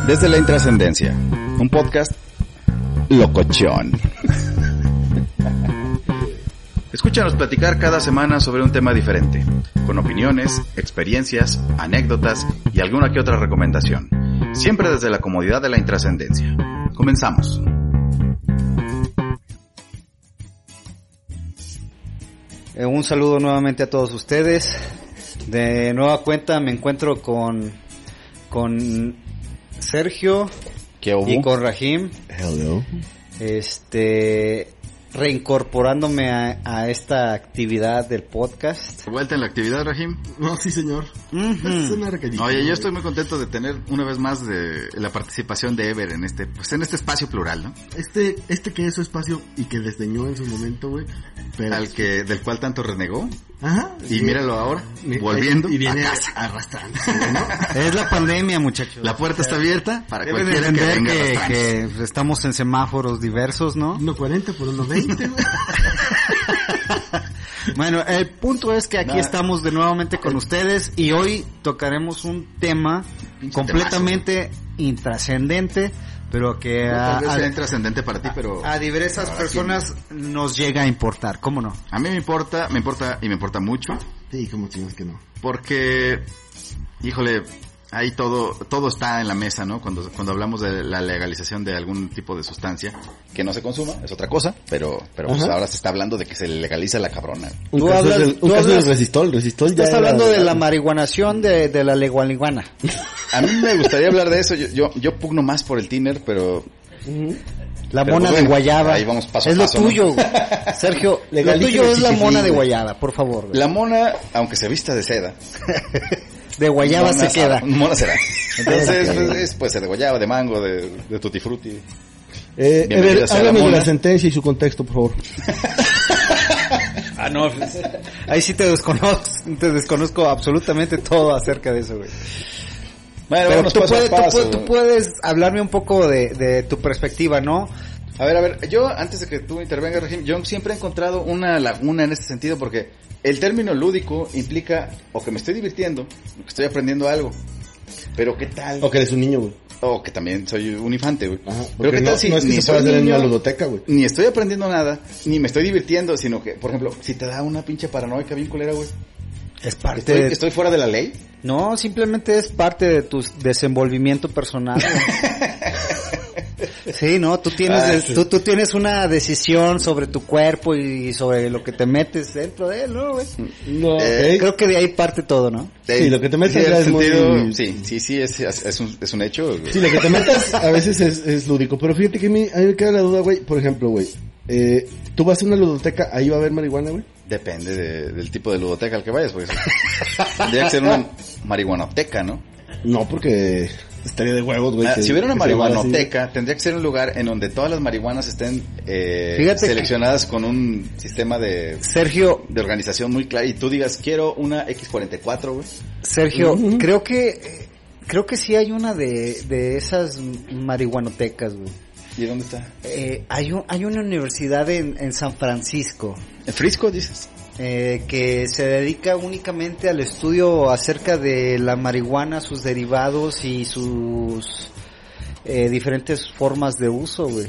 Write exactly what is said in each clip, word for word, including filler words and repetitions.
Desde la Intrascendencia, un podcast locochón. Escúchanos platicar cada semana sobre un tema diferente, con opiniones, experiencias, anécdotas y alguna que otra recomendación. Siempre desde la comodidad de la Intrascendencia. Comenzamos. Eh, un saludo nuevamente a todos ustedes. De nueva cuenta me encuentro con con Sergio y con Rahim. Hello. Este, reincorporándome a, a esta actividad del podcast. ¿Vuelta en la actividad, Rahim? No, sí, señor. Uh-huh. Oye, yo estoy muy contento de tener una vez más de la participación de Ever en este, pues en este espacio plural, ¿no? Este, este que es su espacio y que desdeñó en su momento, güey. Pero... Al que, del cual tanto renegó. Ajá. Y sí. Míralo ahora, volviendo y viene a casa. arrastrando, ¿no? Es la pandemia, muchachos. La puerta está abierta para Deben cualquiera que venga que, arrastrando. que estamos en semáforos diversos, ¿no? uno cuarenta por uno veinte, güey. Bueno, el punto es que aquí Nada. estamos de nuevamente con ustedes y hoy tocaremos un tema Pinche completamente intrascendente, pero que No, tal a, vez a- sea intrascendente para ti, pero a diversas Ahora personas nos llega a importar, ¿cómo no? a mí me importa, me importa y me importa mucho, Sí, como chingas que no. porque, híjole, ahí todo todo está en la mesa, ¿no? Cuando cuando hablamos de la legalización de algún tipo de sustancia que no se consuma, es otra cosa, pero pero pues Ajá. ahora se está hablando de que se legaliza la cabrona. Un Tú caso, hablas- es el, tú un caso hablas- del resistol, resistol ya Estás era- hablando de la marihuanación de, de la legualiguana. A mí me gustaría hablar de eso, yo yo, yo pugno más por el tiner, pero Ujú. La Pero, mona pues, de bueno, guayaba. ahí vamos paso a es paso, lo ¿no? tuyo, güey. Sergio. Lo Legalízame tuyo es la chiquilín, mona de güey. guayaba, por favor. güey. la mona, aunque se vista de seda, De guayaba mona se queda. sa- Mona será. Entonces, Ok. pues, es, puede ser de guayaba, de mango, de, de tutti frutti. Eh, Bienvenida Ever, sea la háblame de mona. la sentencia y su contexto, por favor. Ah, no. Ahí sí te desconozco, te desconozco absolutamente todo acerca de eso, güey. Bueno, Pero vámonos tú paso a puedes, tú, paso. puedes, tú puedes hablarme un poco de, de tu perspectiva, ¿no? A ver, a ver, yo antes de que tú intervengas, Regim, yo siempre he encontrado una laguna en este sentido porque el término lúdico implica o que me estoy divirtiendo, o que estoy aprendiendo algo. Pero ¿qué tal? O que eres un niño, güey. O que también soy un infante, güey. Ajá. Pero Porque ¿qué no, tal si no es que ni se soy pueda hacer en niño, una ludoteca, güey. ni estoy aprendiendo nada, ni me estoy divirtiendo, sino que, por ejemplo, si te da una pinche paranoica bien culera, güey. Es parte ¿Estoy, de... ¿Estoy fuera de la ley? No, simplemente es parte de tu desenvolvimiento personal. Sí, no, tú tienes, Ah, el- sí. tú, tú tienes una decisión sobre tu cuerpo y sobre lo que te metes dentro de él, ¿no, güey? No, Eh, ok. Creo que de ahí parte todo, ¿no? Sí, lo que te metes Sí, ya en es muy- sentido- Sí, sí, sí, es, es, es un, es un hecho. güey. Sí, lo que te metas a veces es, es lúdico, pero fíjate que a mí, a mí me queda la duda, güey. Por ejemplo, güey, eh, tú vas a una ludoteca, ahí va a haber marihuana, güey. Depende de- del tipo de ludoteca al que vayas, porque tendría que ser una marihuanoteca, ¿no? No, porque estaría de huevos, güey. Ah, que- si hubiera una que se llamara así. marihuanoteca, tendría que ser un lugar en donde todas las marihuanas estén eh, Fíjate que- seleccionadas con un sistema de, Sergio, de organización muy claro y tú digas, quiero una equis cuarenta y cuatro, güey. Sergio, Ujú. creo que creo que sí hay una de, de esas marihuanotecas, güey. ¿Y dónde está? Eh, hay, un, hay una universidad en, en San Francisco ¿En Frisco, dices? eh, que se dedica únicamente al estudio acerca de la marihuana, sus derivados y sus eh, diferentes formas de uso, güey.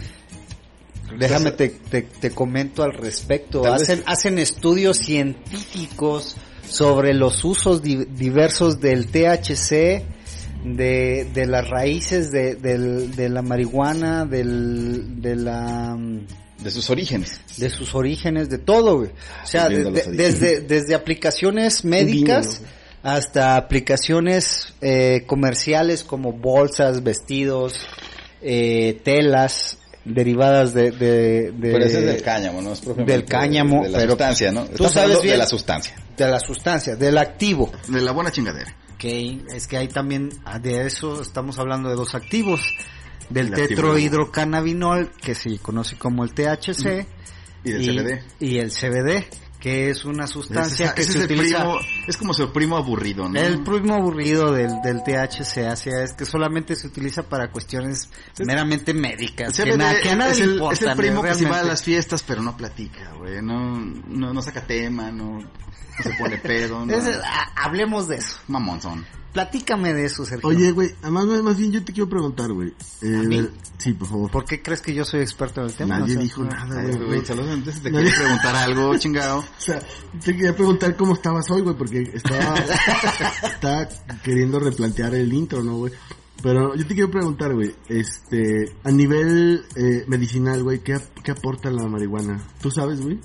Déjame te, te, te comento al respecto. Tal vez- Hacen, hacen estudios científicos sobre los usos di- diversos del T H C, de, de las raíces de, del, de la marihuana, del, de la... De sus orígenes. de sus orígenes, de todo, güey. O sea, Estoy de- viendo de- los desde, desde aplicaciones médicas guiño, hasta aplicaciones eh, comerciales como bolsas, vestidos, eh, telas derivadas de... de, de Pero ese es del cáñamo, ¿no? Es propiamente del cáñamo, de la pero sustancia, ¿no? tú Estamos sabes hablando bien- de la sustancia. de la sustancia, del activo. De la buena chingadera. Que es que hay también, de eso estamos hablando de dos activos. Del El activo. tetrohidrocannabinol, que se conoce como el T H C, Y del C B D. y el C B D, que es una sustancia Ese- que ese se es el utiliza... primo, es como su primo aburrido, ¿no? El primo aburrido del, del T H C, así es que solamente se utiliza para cuestiones Es- meramente médicas, El que, na- que a nadie es, le el, importa, es el primo que sí va a realmente. las fiestas, pero no platica, güey. No, no, no saca tema, no, no se pone pedo, no. Es- ah, hablemos de eso. Mamonzón. Platícame de eso, Sergio. Oye, güey, además, más bien yo te quiero preguntar, güey. Eh, ¿A mí? ver, sí, por favor. ¿Por qué crees que yo soy experto en el tema? Nadie O sea, dijo no. nada, Ay, güey. güey, saludos, entonces te Nadie- quieres preguntar algo, chingado. O sea, te quería preguntar cómo estabas hoy, güey, porque estaba, estaba queriendo replantear el intro, ¿no, güey? Pero yo te quiero preguntar, güey, este, a nivel eh, medicinal, güey, ¿qué, ¿qué aporta la marihuana? ¿Tú sabes, güey?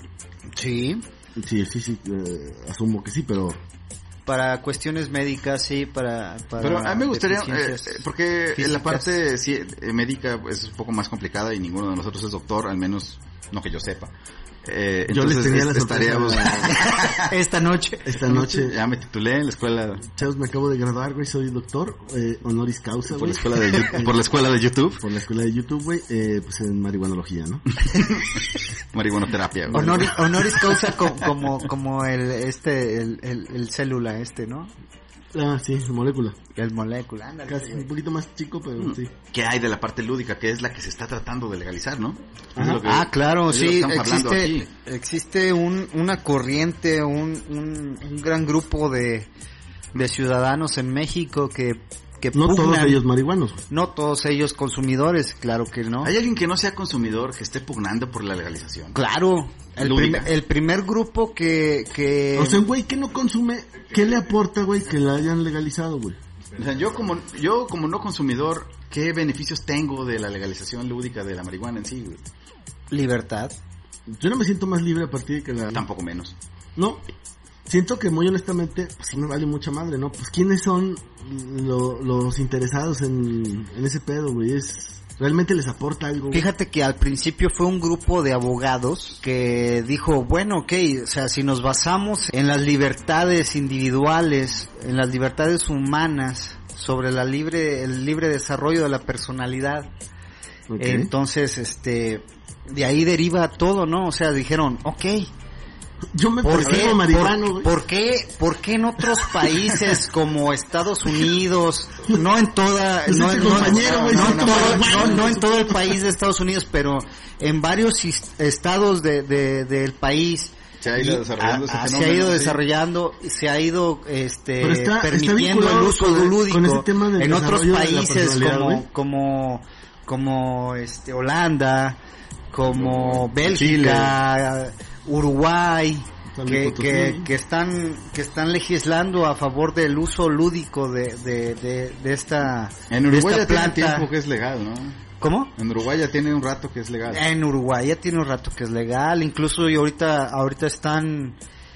Sí, Sí, sí, sí, eh, asumo que sí, pero... para cuestiones médicas, sí, para... para Pero a mí me gustaría, eh, deficiencias eh, porque físicas. la parte sí, eh, médica es un poco más complicada y ninguno de nosotros es doctor, al menos no que yo sepa. Eh, Yo les entonces tenía la es- estaríamos... sorpresa. Esta noche. Esta noche, Ya me titulé en la escuela, chavos, me acabo de graduar, güey, soy doctor, eh, honoris causa, por güey. la escuela de, Yu- por la escuela de YouTube, Por la escuela de YouTube, güey, eh, pues en marihuanología, ¿no? marihuanoterapia. güey. Honoris, honoris causa co- como, como el, este, el, el, el célula este, ¿no? Ah, sí, molécula. El molécula, ándale. Casi un poquito más chico, pero sí. ¿Qué hay de la parte lúdica? Que es la que se está tratando de legalizar, ¿no? Eso es lo que- Ah, claro, es lo que sí, estamos hablando existe, aquí. existe un, una corriente, un, un, un gran grupo de, de ciudadanos en México que, que No todos pugnan. ellos marihuanos, güey. No todos ellos consumidores, claro que no. ¿Hay alguien que no sea consumidor que esté pugnando por la legalización? Claro, el, Lúdica. prim- el primer grupo que... que O sea, un güey que no consume, ¿qué le aporta, güey, que la hayan legalizado, güey? O sea, yo como yo como no consumidor, ¿qué beneficios tengo de la legalización lúdica de la marihuana en sí, güey? libertad. Yo no me siento más libre a partir de que la... Tampoco menos. No, siento que muy honestamente, pues sí me vale mucha madre, ¿no? Pues ¿quiénes son lo- los interesados en, en ese pedo, güey? Es... ¿Realmente les aporta algo? Fíjate que al principio fue un grupo de abogados que dijo, bueno, ok, o sea, si nos basamos en las libertades individuales, en las libertades humanas, sobre la libre, el libre desarrollo de la personalidad, Ok. entonces, este, de ahí deriva todo, ¿no? O sea, dijeron, ok, Yo me ¿por qué, percibo marihuano, por, güey. por qué, por qué en otros países como Estados Unidos, no en toda, Es no, este no- compañero, güey, no sí, en no, todo, no, no- no en todo el país de Estados Unidos, pero en varios is- estados de, de- del país Se ha ido y desarrollando ese a- a- se fenómeno, ha ido sí. desarrollando, se ha ido este Pero está- está permitiendo vinculado el uso con- lúdico con ese tema del en otros desarrollo de la países personalidad, como güey. como como este Holanda, como Bélgica, Uruguay, San que, Luis Potosí. que, que están que están legislando a favor del uso lúdico de, de, de, de esta En de Uruguay esta ya tiene planta. tiempo que es legal, ¿no? ¿Cómo? En Uruguay ya tiene un rato que es legal. En Uruguay ya tiene un rato que es legal, incluso y ahorita ahorita están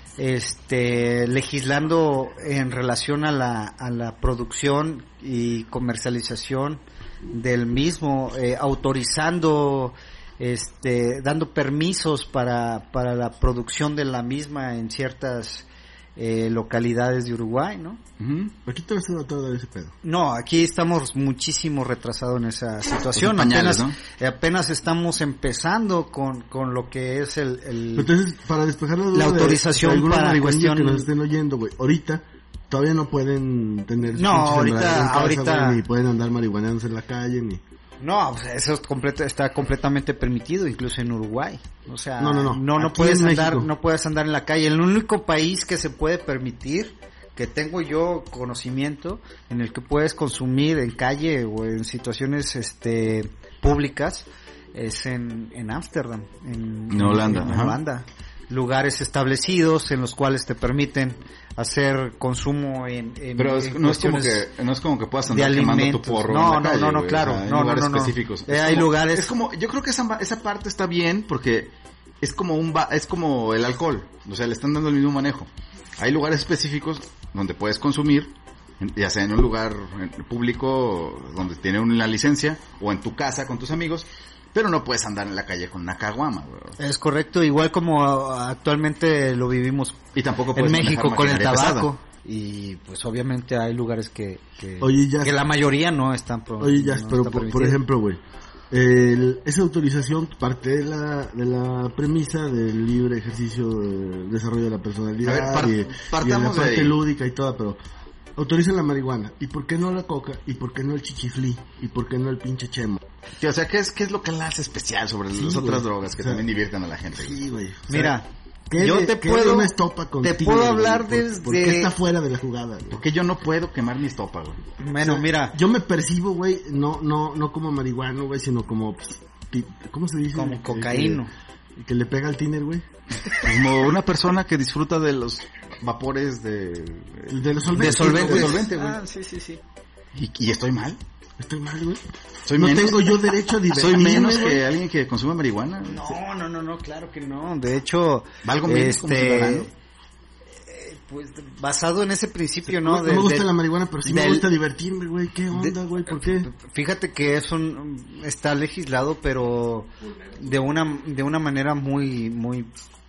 este legislando en relación a la a la producción y comercialización del mismo, eh, autorizando este dando permisos para para la producción de la misma en ciertas eh, localidades de Uruguay, ¿no? Ujú. Aquí te vas a todo de ese pedo. No, aquí estamos muchísimo retrasados en esa situación. Los pañales, apenas, eh, apenas estamos empezando con, con lo que es el, el Entonces, para despejar la duda La de- autorización de algunos para marihuanos cuestión- que nos estén oyendo, güey, ahorita todavía no pueden tener No, pinche ahorita- sembradero en casa, ahorita- güey, ni pueden andar marihuaneándose en la calle, ni... no, o sea, eso es completo, está completamente permitido, incluso en Uruguay. O sea, No, no, no. no, no Aquí puedes en andar, México. no puedes andar en la calle. El único país que se puede permitir, que tengo yo conocimiento, en el que puedes consumir en calle o en situaciones, este, públicas, es en, en Ámsterdam, en, En Holanda, en ajá. Holanda. Lugares establecidos en los cuales te permiten hacer consumo en, en Pero es- en no es como cuestiones que no es como que puedas de andar quemando tu alimentos. porro No, en la no, calle, no, no, güey. claro. O sea, hay No, no, lugares no, no. específicos. Eh, Es hay como- lugares- Es como yo creo que esa esa parte está bien porque es como un ba- es como el alcohol, o sea, le están dando el mismo manejo. Hay lugares específicos donde puedes consumir, en- ya sea en un lugar en- público donde tiene una licencia o en tu casa con tus amigos, pero no puedes andar en la calle con una caguama, güey. Es correcto, igual como ah, actualmente lo vivimos Y tampoco en puedes México manejar con el maquinaria tabaco. pesada. Y pues obviamente hay lugares que, que, Oye, ya- que la mayoría no están pro- Oye, ya, no pero está por, por permitido. ejemplo, güey, el- esa autorización parte de la, de la premisa del libre ejercicio de desarrollo de la personalidad A ver, par- y, y de la partamos de parte ahí. lúdica y toda, pero autorizan la marihuana. ¿Y por qué no la coca? ¿Y por qué no el chichiflí? ¿Y por qué no el pinche chemo? O sea, ¿qué es, qué es lo que la hace especial sobre Sí, las güey. otras drogas que O sea, también divierten a la gente? Sí, güey. O sea, Mira, ¿Qué yo de, te qué puedo, de una estopa con te Tinder, puedo hablar güey? ¿Por, desde... ¿Por qué está fuera de la jugada, güey? Porque yo no puedo quemar mi estopa, güey. Bueno, O sea, mira, yo me percibo, güey, no, no, no como marihuano, güey, sino como, pues, ti- ¿cómo se dice? como Que- cocaíno. Que, que le pega al Tinder, güey. Como una persona que disfruta de los vapores de... De los De solventes. solventes. de solvente, güey. Ah, sí, sí, sí. ¿Y, y estoy mal? Estoy mal, güey. ¿Soy no menos? tengo yo derecho a ¿Soy divertirme, menos güey. que alguien que consume marihuana? No, no, no, no, claro que no. De hecho, ¿Valgo menos como ciudadano? eh, pues basado en ese principio, No, ¿no? no De- me gusta de- la marihuana, pero sí me del- gusta divertirme, güey. ¿Qué onda, güey? ¿Por qué? Fíjate que eso mm, está legislado, pero de una de una manera muy muy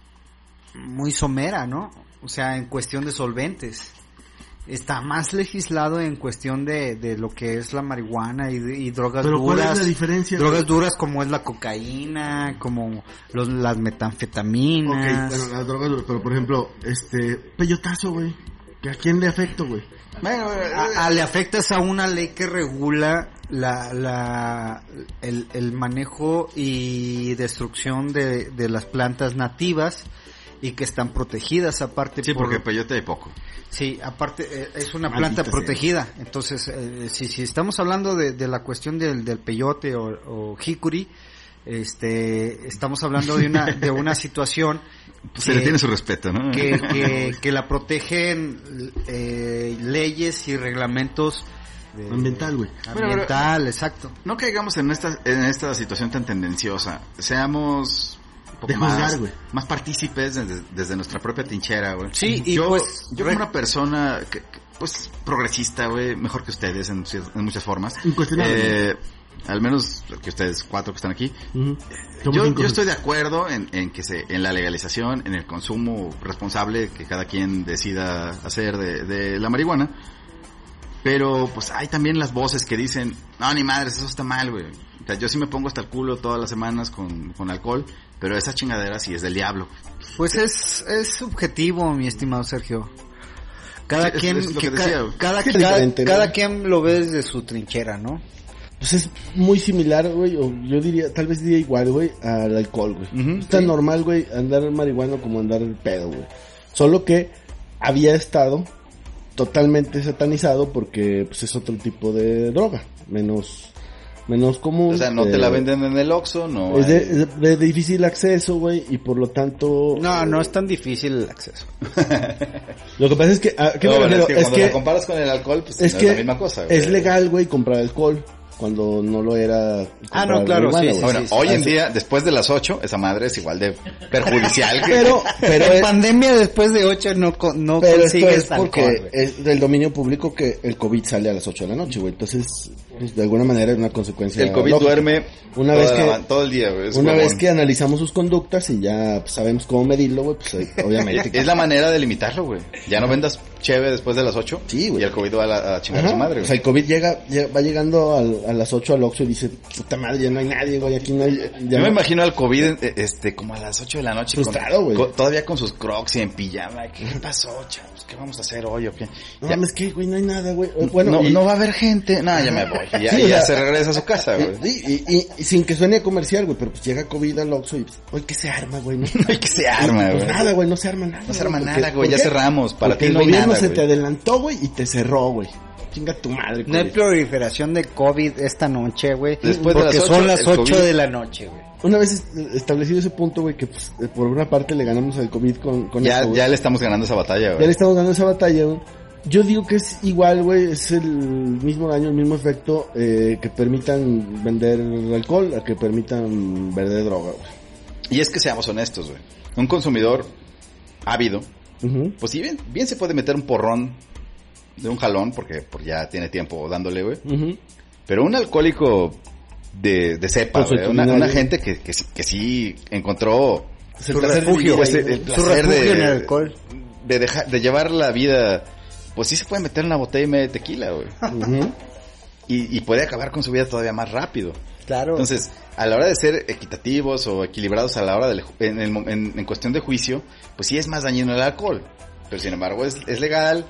muy somera, ¿no? O sea, en cuestión de solventes. Está más legislado en cuestión de, de lo que es la marihuana y, y drogas Pero ¿cuál duras. es la diferencia? Drogas güey? duras como es la cocaína, como los, las metanfetaminas. Ok, bueno, las drogas duras, pero por ejemplo, este, peyotazo, güey. ¿Que ¿A quién le afecta, güey? Bueno, A- a- le afectas a una ley que regula la, la, el, el manejo y destrucción de, de las plantas nativas y que están protegidas aparte. sí, por- porque peyote hay poco. Sí, aparte eh, es una Maldita planta sea. protegida. Entonces, eh, si, si estamos hablando de, de la cuestión del, del peyote o, o jicuri, este, estamos hablando de una, de una situación Se le tiene su respeto, ¿no? que, que, que la protegen eh, leyes y reglamentos de- Ambiental, güey. ambiental, exacto. No caigamos en esta, en esta situación tan tendenciosa. Seamos un poco De juzgar, más, güey. más partícipes desde, desde nuestra propia trinchera, güey. Sí, y yo, pues, yo re- como una persona, que, que, pues, progresista, güey, mejor que ustedes en, cier- en muchas formas. Incuestionable. Eh, al menos que ustedes cuatro que están aquí. Ujú. Somos Yo, cinco. yo estoy de acuerdo en, en que se, en la legalización, en el consumo responsable que cada quien decida hacer de, de la marihuana. Pero pues hay también las voces que dicen, no, ni madres, eso está mal, güey. O sea, yo sí me pongo hasta el culo todas las semanas con, con alcohol, pero esa chingadera sí es del diablo. Pues es, es subjetivo, mi estimado Sergio. Cada Sí, es- quien, es lo que que ca- decía, güey. cada, Es cada, diferente, ¿no? cada quien lo ve desde su trinchera, ¿no? Pues es muy similar, güey, o yo diría, tal vez diría igual, güey, al alcohol, güey. Ujú, es tan sí. normal, güey, andar marihuana como andar el pedo, güey. Solo que había estado totalmente satanizado porque, pues, es otro tipo de droga, menos, menos común. O sea, no te eh, la venden en el Oxxo, no. Es de, hay- es de- de difícil acceso, güey, y por lo tanto... No, no es tan difícil el acceso. Lo que pasa es que, ¿a qué No, me bueno, refiero? es que Es cuando que la comparas con el alcohol, pues es no que es la misma cosa, güey. es legal, güey, comprar alcohol cuando no lo era. Ah, no, comprar claro, marihuana, sí, güey. Bueno, sí, hoy en Eso- día, después de las ocho, esa madre es igual de perjudicial que... Pero, pero en es, pandemia después de ocho no, co- no pero esto consigues es porque alcohol, güey. es del dominio público que el COVID sale a las ocho de la noche, güey. Entonces, pues, de alguna manera es una consecuencia. El COVID lógica. duerme Una toda vez la que- ma- todo el día, güey. es Una huevón. vez que analizamos sus conductas y ya pues, sabemos cómo medirlo, güey, pues eh, obviamente. Es la manera de limitarlo, güey. Ya no vendas cheve después de las ocho. Sí, güey. Y el COVID va a, la- a chingar a Ajá. su madre, O güey. sea, el COVID llega, llega- va llegando al- a las ocho al Oxxo y dice, puta madre, ya no hay nadie, güey, aquí no hay... ya Yo no- me imagino al COVID, eh, este, como a las ocho de la noche. Frustrado, con- güey. con- Todavía con sus crocs y en pijama. ¿Qué pasó, chavos? ¿Qué vamos a hacer hoy o qué? No Ya- mames, que, güey, no hay nada, güey. Eh, Bueno, no, y- no va a haber gente. No, ya me voy. Y ya, Sí, y o ya sea, se regresa a su casa, güey. Y, y, y- y sin que suene comercial, güey, pero pues llega COVID al Oxxo y pues, oye, ¿qué se arma, güey? No, No hay que se arma, pues güey. nada, güey, no se arma nada. No se arma güey, nada, porque- güey. Ya ¿por qué? cerramos. Para Porque ti el no hay gobierno nada, se te güey. adelantó, güey, y te cerró, güey. Chinga tu madre, No hay güey. proliferación de COVID esta noche, güey. Después de porque las son ocho, las el ocho COVID. de la noche, güey. Una vez est- establecido ese punto, güey, que pues, eh, por una parte le ganamos al COVID con, con Ya, esto, güey. ya le estamos ganando esa batalla, Ya le güey. estamos dando esa batalla, güey. Yo digo que es igual, güey, es el mismo daño, el mismo efecto eh, que permitan vender alcohol, a que permitan vender droga, güey. Y es que seamos honestos, güey. Un consumidor ávido, Ujú. pues sí, bien, bien se puede meter un porrón de un jalón, porque, porque ya tiene tiempo dándole, güey. Ujú. Pero un alcohólico de, de cepa, güey, una, Consuetudinario. una gente que, que, que sí encontró Es el Su placer de refugio, vivir, ese- güey. el Su placer refugio de, en el alcohol. de, dejar, de llevar la vida, pues sí se puede meter una botella y media de tequila, güey. Ujú. Y, y puede acabar con su vida todavía más rápido. Claro. Entonces, a la hora de ser equitativos o equilibrados a la hora del, ju- en, el mo- en, en cuestión de juicio, pues sí es más dañino el alcohol. Pero sin embargo es, es legal,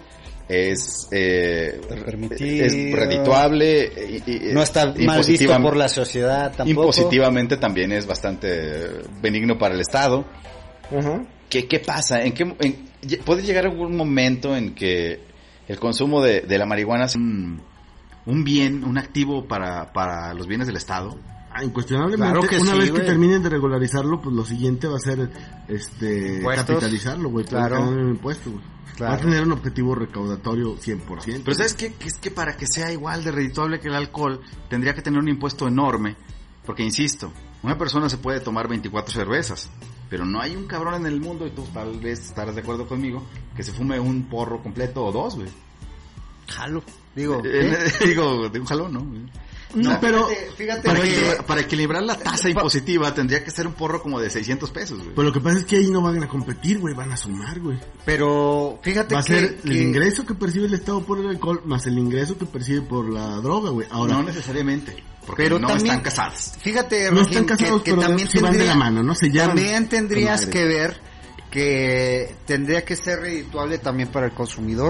es, eh, Permitido. es redituable. Y, y- no está y mal visto positiva- por la sociedad tampoco. Impositivamente también es bastante benigno para el Estado. Ajá. ¿qué, qué pasa? ¿En qué, en, ¿Puede llegar algún momento en que el consumo de, de la marihuana es un, un bien, un activo para, para los bienes del Estado? Ah, incuestionablemente, Claro que una sí, vez güey. que terminen de regularizarlo, pues lo siguiente va a ser este Impuestos. capitalizarlo, güey, Claro. claro. el impuesto, güey. Claro. Va a tener un objetivo recaudatorio cien por ciento. Pero ¿sabes qué? Que es que para que sea igual de redituable que el alcohol, tendría que tener un impuesto enorme. Porque, insisto, una persona se puede tomar veinticuatro cervezas, pero no hay un cabrón en el mundo, y tú tal vez estarás de acuerdo conmigo, que se fume un porro completo o dos, güey. Jalo. Digo, Eh, ¿qué? digo, de un jalón, ¿no? No, O sea, pero Fíjate, fíjate Para, que- equilibrar, para equilibrar la tasa impositiva tendría que ser un porro como de seiscientos pesos, güey. pues lo que pasa es que ahí no van a competir, güey, van a sumar, güey. Pero fíjate Va a que, ser que- el ingreso que percibe el Estado por el alcohol más el ingreso que percibe por la droga, güey. Ahora, No necesariamente, porque Pero no también- están casadas. Fíjate, no Rajín, están casados, que, que pero también sí van de tendría- la mano, ¿no? Se llevan También tendrías con que madre. ver que tendría que ser redituable también para el consumidor.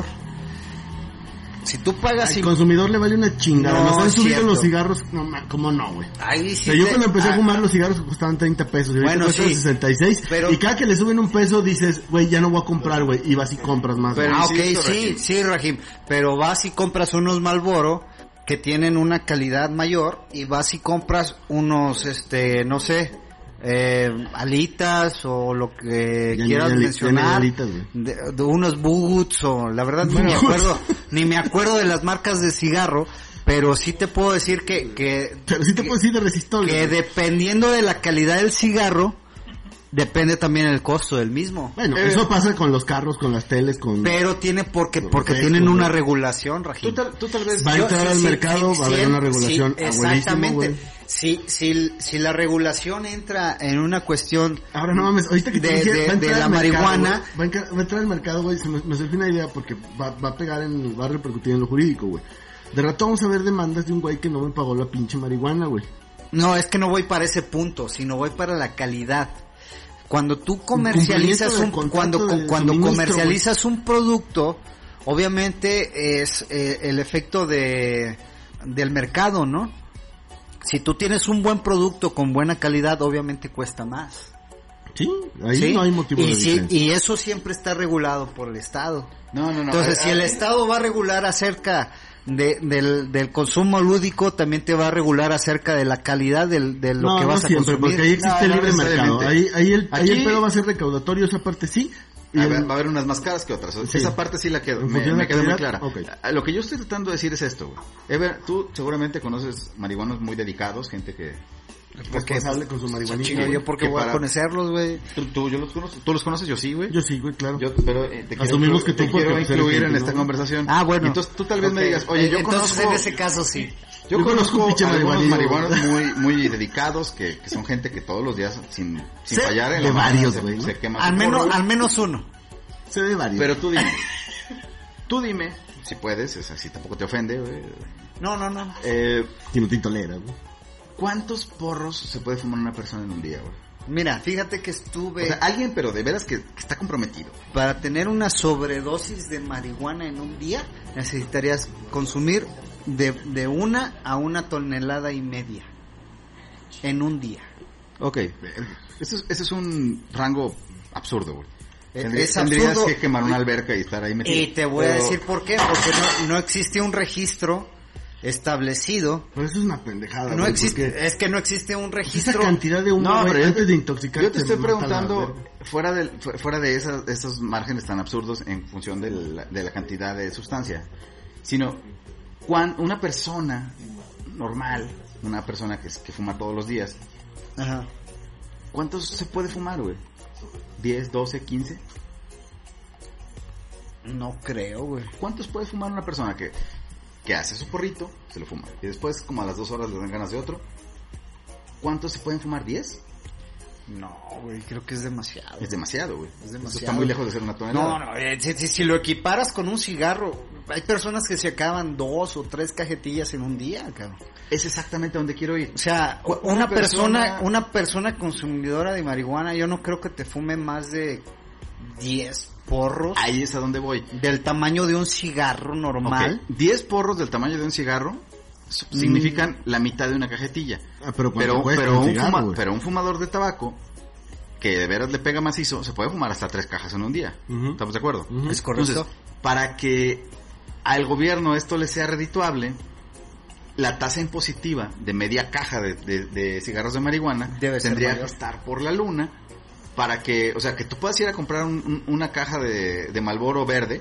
Si tú pagas... Al y- consumidor le vale una chingada. No, Nos han es subido cierto. los cigarros, no, ma- ¿cómo no, güey? Ahí O sí sea, yo te- cuando empecé a ah, fumar los cigarros costaban treinta pesos y ahorita Bueno, cuestan sí. sesenta y seis. Pero- Y cada que le suben un peso dices, güey, ya no voy a comprar, güey. Y vas y compras más. Pero- güey. Ah, ok, insisto, sí, Rajín. sí, Rajim. Pero vas y compras unos Marlboro que tienen una calidad mayor y vas y compras unos, este, no sé, eh, alitas o lo que Ya ni quieras ali- ya ni mencionar, alitas, güey. de, de unos Boots o la verdad ni me Boots. acuerdo, ni me acuerdo de las marcas de cigarro, pero sí te puedo decir que que Pero sí te que- puedo decir de resistol. que dependiendo de la calidad del cigarro depende también el costo del mismo. Bueno, Eh, eso pasa con los carros, con las teles, con... Pero tiene porque Con porque refrescos, tienen una güey. regulación, Rajim. Tú tal, tú tal vez... Va a Yo- entrar al sí, mercado, sí, va a haber sí, una regulación sí, a buenísimo, exactamente. güey. Si, si, si la regulación entra en una cuestión Ahora no mames, ahorita que te de, dije, de- va a entrar de la al mercado, marihuana, güey, va, a enca- va a entrar al mercado, güey, se me, me surgió una idea porque va, va a pegar en, va a repercutir en lo jurídico, güey. De rato vamos a ver demandas de un güey que no me pagó la pinche marihuana, güey. no, es que no voy para ese punto, sino voy para la calidad. Cuando tú comercializas del un, contrato cuando, del cuando suministro, comercializas un producto, obviamente es eh, el efecto de, del mercado, ¿no? Si tú tienes un buen producto con buena calidad, obviamente cuesta más. Sí, ahí ¿Sí? no hay motivo y de sí, diferencia. y eso siempre está regulado por el Estado. No, no, no. Entonces, eh, si el eh, Estado va a regular acerca de, del, del consumo lúdico, también te va a regular acerca de la calidad del, de lo no, que no vas a siempre, consumir. porque ahí existe No, no libre mercado. necesariamente. Ahí, ahí, el, ahí Aquí- el pedo va a ser recaudatorio, esa parte sí. Y A el- ver, va a haber unas más caras que otras. Sí. Esa parte sí la quedo, En me, función de me la queda muy calidad, clara. ok. A- Lo que yo estoy tratando de decir es esto, güey. Ever, tú seguramente conoces marihuanos muy dedicados, gente que... responsable con su marihuanita. Chinga, güey. yo porque que voy a para- conocerlos, güey. ¿Tú, tú, yo los conozco, ¿Tú los conoces? Yo sí, güey. Yo sí, güey, claro. Yo, pero eh, te quiero, Asumimos que tú, te quiero porque, pues, eres incluir en gente, esta ¿no? conversación. Ah, bueno. Entonces tú tal vez me Ok. digas, oye, yo Entonces, conozco... en ese caso sí. Yo, Yo conozco conozco un pinche algunos marihuanero. marihuanos muy, muy dedicados que, que son gente que todos los días, sin, sin Sé fallar en de la mañana, varios, se, güey, ¿no? se quema Al su menos, porro. al menos uno. Se ve varios. Pero tú dime, tú dime, si puedes, es así, tampoco te ofende, güey. No, no, no. Eh, Que no te tolera, güey. ¿Cuántos porros se puede fumar una persona en un día, güey? Mira, fíjate que estuve... O sea, alguien, pero de veras que, que está comprometido. Para tener una sobredosis de marihuana en un día, necesitarías consumir de, de una a una tonelada y media. En un día. Ok, ese es, ese es un rango absurdo, güey. Eh, Tendría- es Tendrías absurdo. que quemar una alberca y estar ahí metido. Y te voy a Pero- decir por qué. Porque no, no existe un registro establecido. Pero eso es una pendejada, No güey, existe, porque es que no existe un esa registro. cantidad de humo, No, güey, pero yo antes te- de intoxicarte. Yo te estoy mata la preguntando, verga. fuera de, fu- fuera de esas, esos márgenes tan absurdos en función de la, de la cantidad de sustancia, sino cuán, una persona normal, una persona que, que fuma todos los días, Ajá. ¿cuántos se puede fumar, güey? ¿diez, doce, quince? No creo, güey. ¿Cuántos puede fumar una persona que, que hace su porrito, se lo fuma, y después como a las dos horas le dan ganas de otro? ¿Cuántos se pueden fumar? ¿diez? No, güey, creo que es demasiado. Es demasiado, güey. Es Eso demasiado. está muy lejos de ser una tonelada. No, no, eh, si, si, si lo equiparas con un cigarro, hay personas que se acaban dos o tres cajetillas en un día, cabrón. Es exactamente a donde quiero ir. O sea, Una una persona, persona- una persona consumidora de marihuana, yo no creo que te fume más de diez porros Ahí es a donde voy. del tamaño de un cigarro normal. Ok, diez porros del tamaño de un cigarro s- Mm. significan la mitad de una cajetilla. Ah, pero, ¿cuánto Pero, cuesta pero, un un cigarro, fuma- güey? pero un fumador de tabaco que de veras le pega macizo, se puede fumar hasta tres cajas en un día. Uh-huh. ¿Estamos de acuerdo? Uh-huh. Es correcto. Entonces, para que al gobierno esto le sea redituable, la tasa impositiva de media caja de, de, de cigarros de marihuana debe tendría que estar por la luna para que, o sea, que tú puedas ir a comprar un, un, una caja de, de Marlboro verde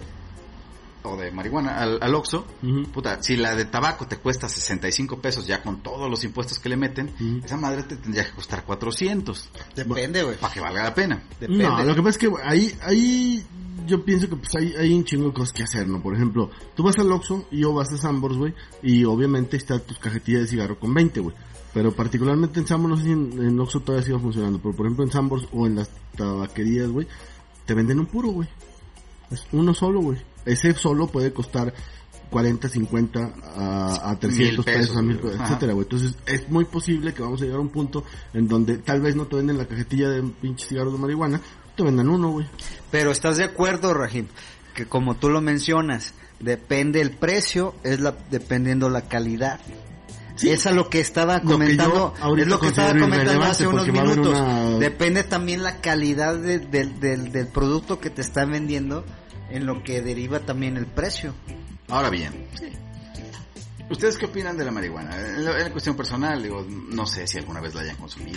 o de marihuana al, al Oxxo, uh-huh. puta, si la de tabaco te cuesta sesenta y cinco pesos ya con todos los impuestos que le meten, uh-huh. esa madre te tendría que costar cuatrocientos. Depende, güey. Para que valga la pena. Depende. No, lo que pasa es que ahí, ahí yo pienso que pues hay, hay un chingo de cosas que hacer, ¿no? Por ejemplo, tú vas al Oxxo y yo vas a Sanborns, güey, y obviamente está tus cajetillas de cigarro con veinte, güey. Pero particularmente en Sanborns, no sé si en, en Oxxo todavía sigue funcionando, pero por ejemplo en Sanborns o en las tabaquerías, güey, te venden un puro, güey. Es uno solo, güey. Ese solo puede costar cuarenta, cincuenta a, a trescientos pesos, mil pesos, etcétera, güey. Entonces es muy posible que vamos a llegar a un punto en donde tal vez no te venden la cajetilla de pinches cigarros de marihuana, te vendan uno, güey. Pero ¿estás de acuerdo, Rajim? Que como tú lo mencionas, depende el precio, es la dependiendo la calidad. Sí. Es a lo que estaba comentando, lo que es lo que estaba comentando hace unos minutos. Una... Depende también la calidad de, de, de, del producto que te están vendiendo, en lo que deriva también el precio. Ahora bien, sí. ¿Ustedes qué opinan de la marihuana? En, en cuestión personal, digo, no sé si alguna vez la hayan consumido,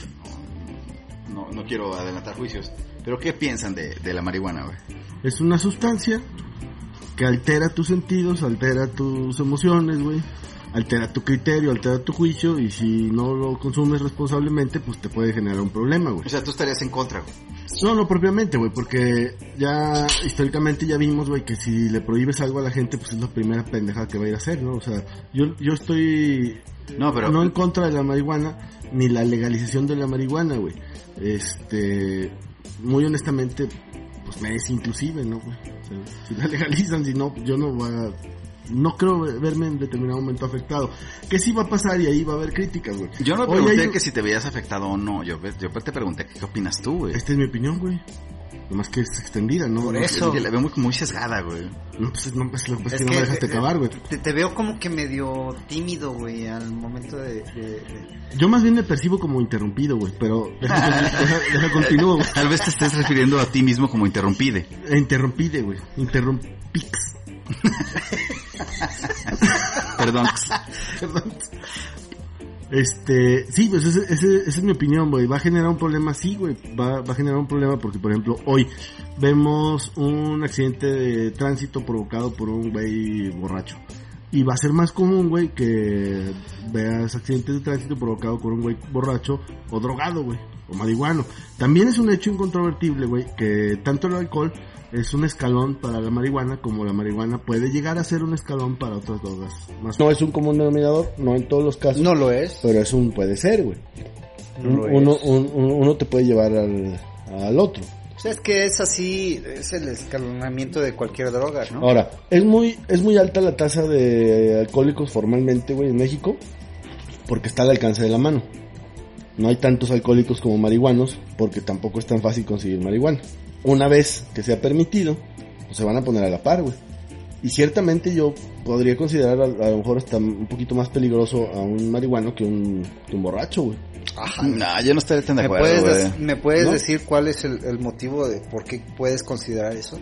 no, no, no quiero adelantar juicios, pero ¿qué piensan de, de la marihuana, güey? Es una sustancia que altera tus sentidos, altera tus emociones, güey. Altera tu criterio, altera tu juicio, y si no lo consumes responsablemente, pues te puede generar un problema, güey. O sea, tú estarías en contra, güey. No, no propiamente, güey, porque ya históricamente ya vimos, güey, que si le prohíbes algo a la gente, pues es la primera pendejada que va a ir a hacer, ¿no? O sea, yo yo estoy no, pero... no en contra de la marihuana, ni la legalización de la marihuana, güey. Este, muy honestamente, pues me es inclusive, ¿no, güey? O sea, si la legalizan, si no, yo no voy a... No creo verme en determinado momento afectado. Que sí va a pasar y ahí va a haber críticas, güey. Yo no pregunté hay... que si te veías afectado o no. Yo, yo te pregunté qué opinas tú, güey. Esta es mi opinión, güey. Nomás que es extendida, ¿no? Por no, eso. Que la veo muy, muy sesgada, güey. No, pues, no, pues, lo, pues es que, que no me dejaste acabar, güey. Te, te veo como que medio tímido, güey, al momento de, de, de... Yo más bien me percibo como interrumpido, güey, pero deja, deja, deja continúo, güey. Tal vez te estés refiriendo a ti mismo como interrumpide. Interrumpide, güey. Interrumpix. Perdón. Perdón. Este, sí, pues ese, ese, esa es mi opinión, güey. Va a generar un problema, sí, güey. Va, va a generar un problema porque, por ejemplo, hoy vemos un accidente de tránsito provocado por un güey borracho. Y va a ser más común, güey, que veas accidentes de tránsito provocados por un güey borracho o drogado, güey, o marihuano. También es un hecho incontrovertible, güey, que tanto el alcohol es un escalón para la marihuana como la marihuana puede llegar a ser un escalón para otras drogas. Más no es un común denominador, no en todos los casos. No lo es. Pero es un puede ser, güey. No uno, un, un, uno te puede llevar al, al otro. O sea, es que es así, es el escalonamiento de cualquier droga, ¿no? Ahora, es muy es muy alta la tasa de alcohólicos formalmente, güey, en México, porque está al alcance de la mano. No hay tantos alcohólicos como marihuanos, porque tampoco es tan fácil conseguir marihuana. Una vez que sea permitido, pues se van a poner a la par, güey. Y ciertamente yo podría considerar a, a lo mejor hasta un poquito más peligroso a un marihuano que un, que un borracho, güey. Ajá. No, yo no estaría tan de ¿Me acuerdo, puedes, güey. ¿Me puedes ¿No? decir cuál es el, el motivo de por qué puedes considerar eso?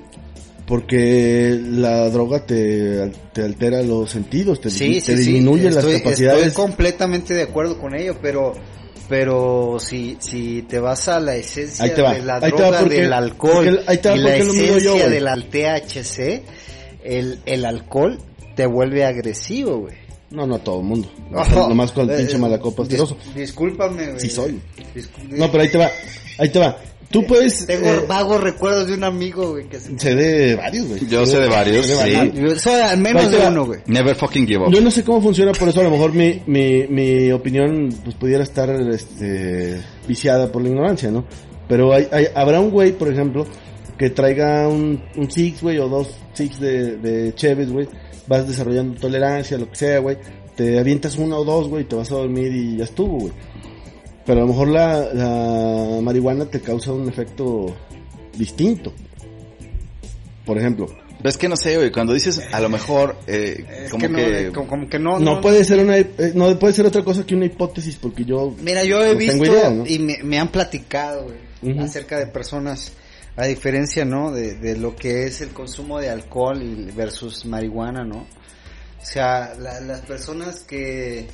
Porque la droga te, te altera los sentidos, te, Sí, te sí, disminuye sí. las Estoy, capacidades. estoy completamente de acuerdo con ello, pero... Pero si si te vas a la esencia Ahí te va, de la ahí te va droga, porque- del alcohol porque- ahí te va y la porque lo mido yo, esencia güey. del al T H C, el, el alcohol te vuelve agresivo, güey. No, no todo el mundo. Ojo. Nomás con el Eh, pinche malacopa dis- asqueroso. Discúlpame, güey. Sí soy. Discú- No, pero ahí te va. Ahí te va. Tú puedes... Tengo eh, vagos recuerdos de un amigo, güey, que se... sé de varios, güey. Yo sé de varios, sé de sí. varios. Yo soy al menos Ahí te de va. uno, güey. Never fucking give up. Yo no sé cómo funciona, por eso a lo mejor mi, mi, mi opinión pues pudiera estar este, viciada por la ignorancia, ¿no? Pero hay, hay, habrá un güey, por ejemplo, que traiga un, un six, güey, o dos six de, de cheves, güey. Vas desarrollando tolerancia, lo que sea, güey. Te avientas uno o dos, güey, te vas a dormir y ya estuvo, güey. Pero a lo mejor la, la marihuana te causa un efecto distinto. Por ejemplo, Pero es que no sé, güey, cuando dices a lo mejor, eh, como que, no, que... eh, como, como que no, No, no puede ser una, eh, no puede ser otra cosa que una hipótesis, porque yo... Mira, yo he no visto tengo idea, ¿no? y me, me han platicado, güey, Ujú. acerca de personas, a diferencia, ¿no? De, de lo que es el consumo de alcohol y versus marihuana, ¿no? O sea, la- las personas que,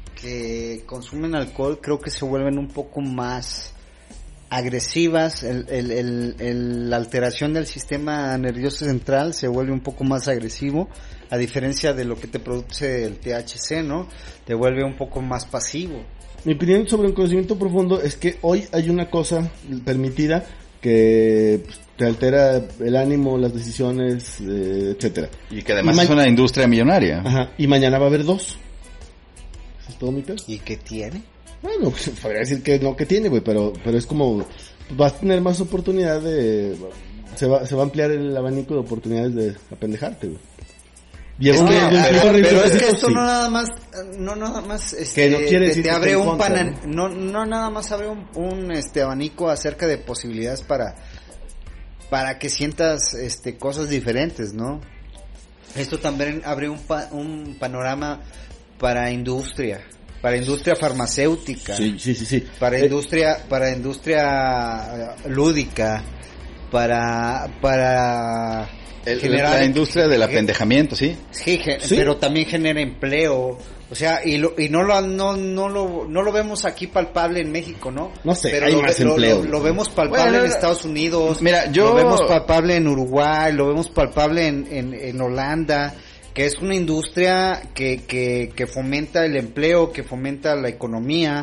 que consumen alcohol creo que se vuelven un poco más agresivas, el, el, el, el- la alteración del sistema nervioso central se vuelve un poco más agresivo, a diferencia de lo que te produce el T H C, ¿no? Te vuelve un poco más pasivo. Mi opinión sobre el conocimiento profundo es que hoy hay una cosa permitida que pues, te altera el ánimo, las decisiones, eh, etcétera. Y que además Y ma- es una industria millonaria. Ajá, y mañana va a haber dos. Eso es todo mi pedo. ¿Y qué tiene? Bueno, pues, podría decir que no que tiene, güey, pero pero es como vas a tener más oportunidad de se va se va a ampliar el abanico de oportunidades de apendejarte, güey. Llega Es un- que, de un pero, tipo horrible pero es que eso, esto sí. no nada más, no nada más, este, Que no quiere te, decir te que abre esté en un contra, pana- no, no nada más abre un, un este abanico acerca de posibilidades para, para que sientas este cosas diferentes, ¿no? Esto también abre un pa- un panorama para industria, para industria farmacéutica, Sí, sí, sí, sí. para Eh, industria, para industria eh, lúdica, para, para El- generar la industria del ge- apendejamiento, ¿sí? Sí, ge- Sí. pero también genera empleo, o sea, y lo, y no lo no no lo no lo vemos aquí palpable en México, ¿no? No sé, pero hay lo, más lo- empleo. Lo, lo vemos palpable Bueno, en Estados Unidos. mira, yo- lo vemos palpable en Uruguay, lo vemos palpable en en, en Holanda, que es una industria que que que fomenta el empleo, que fomenta la economía.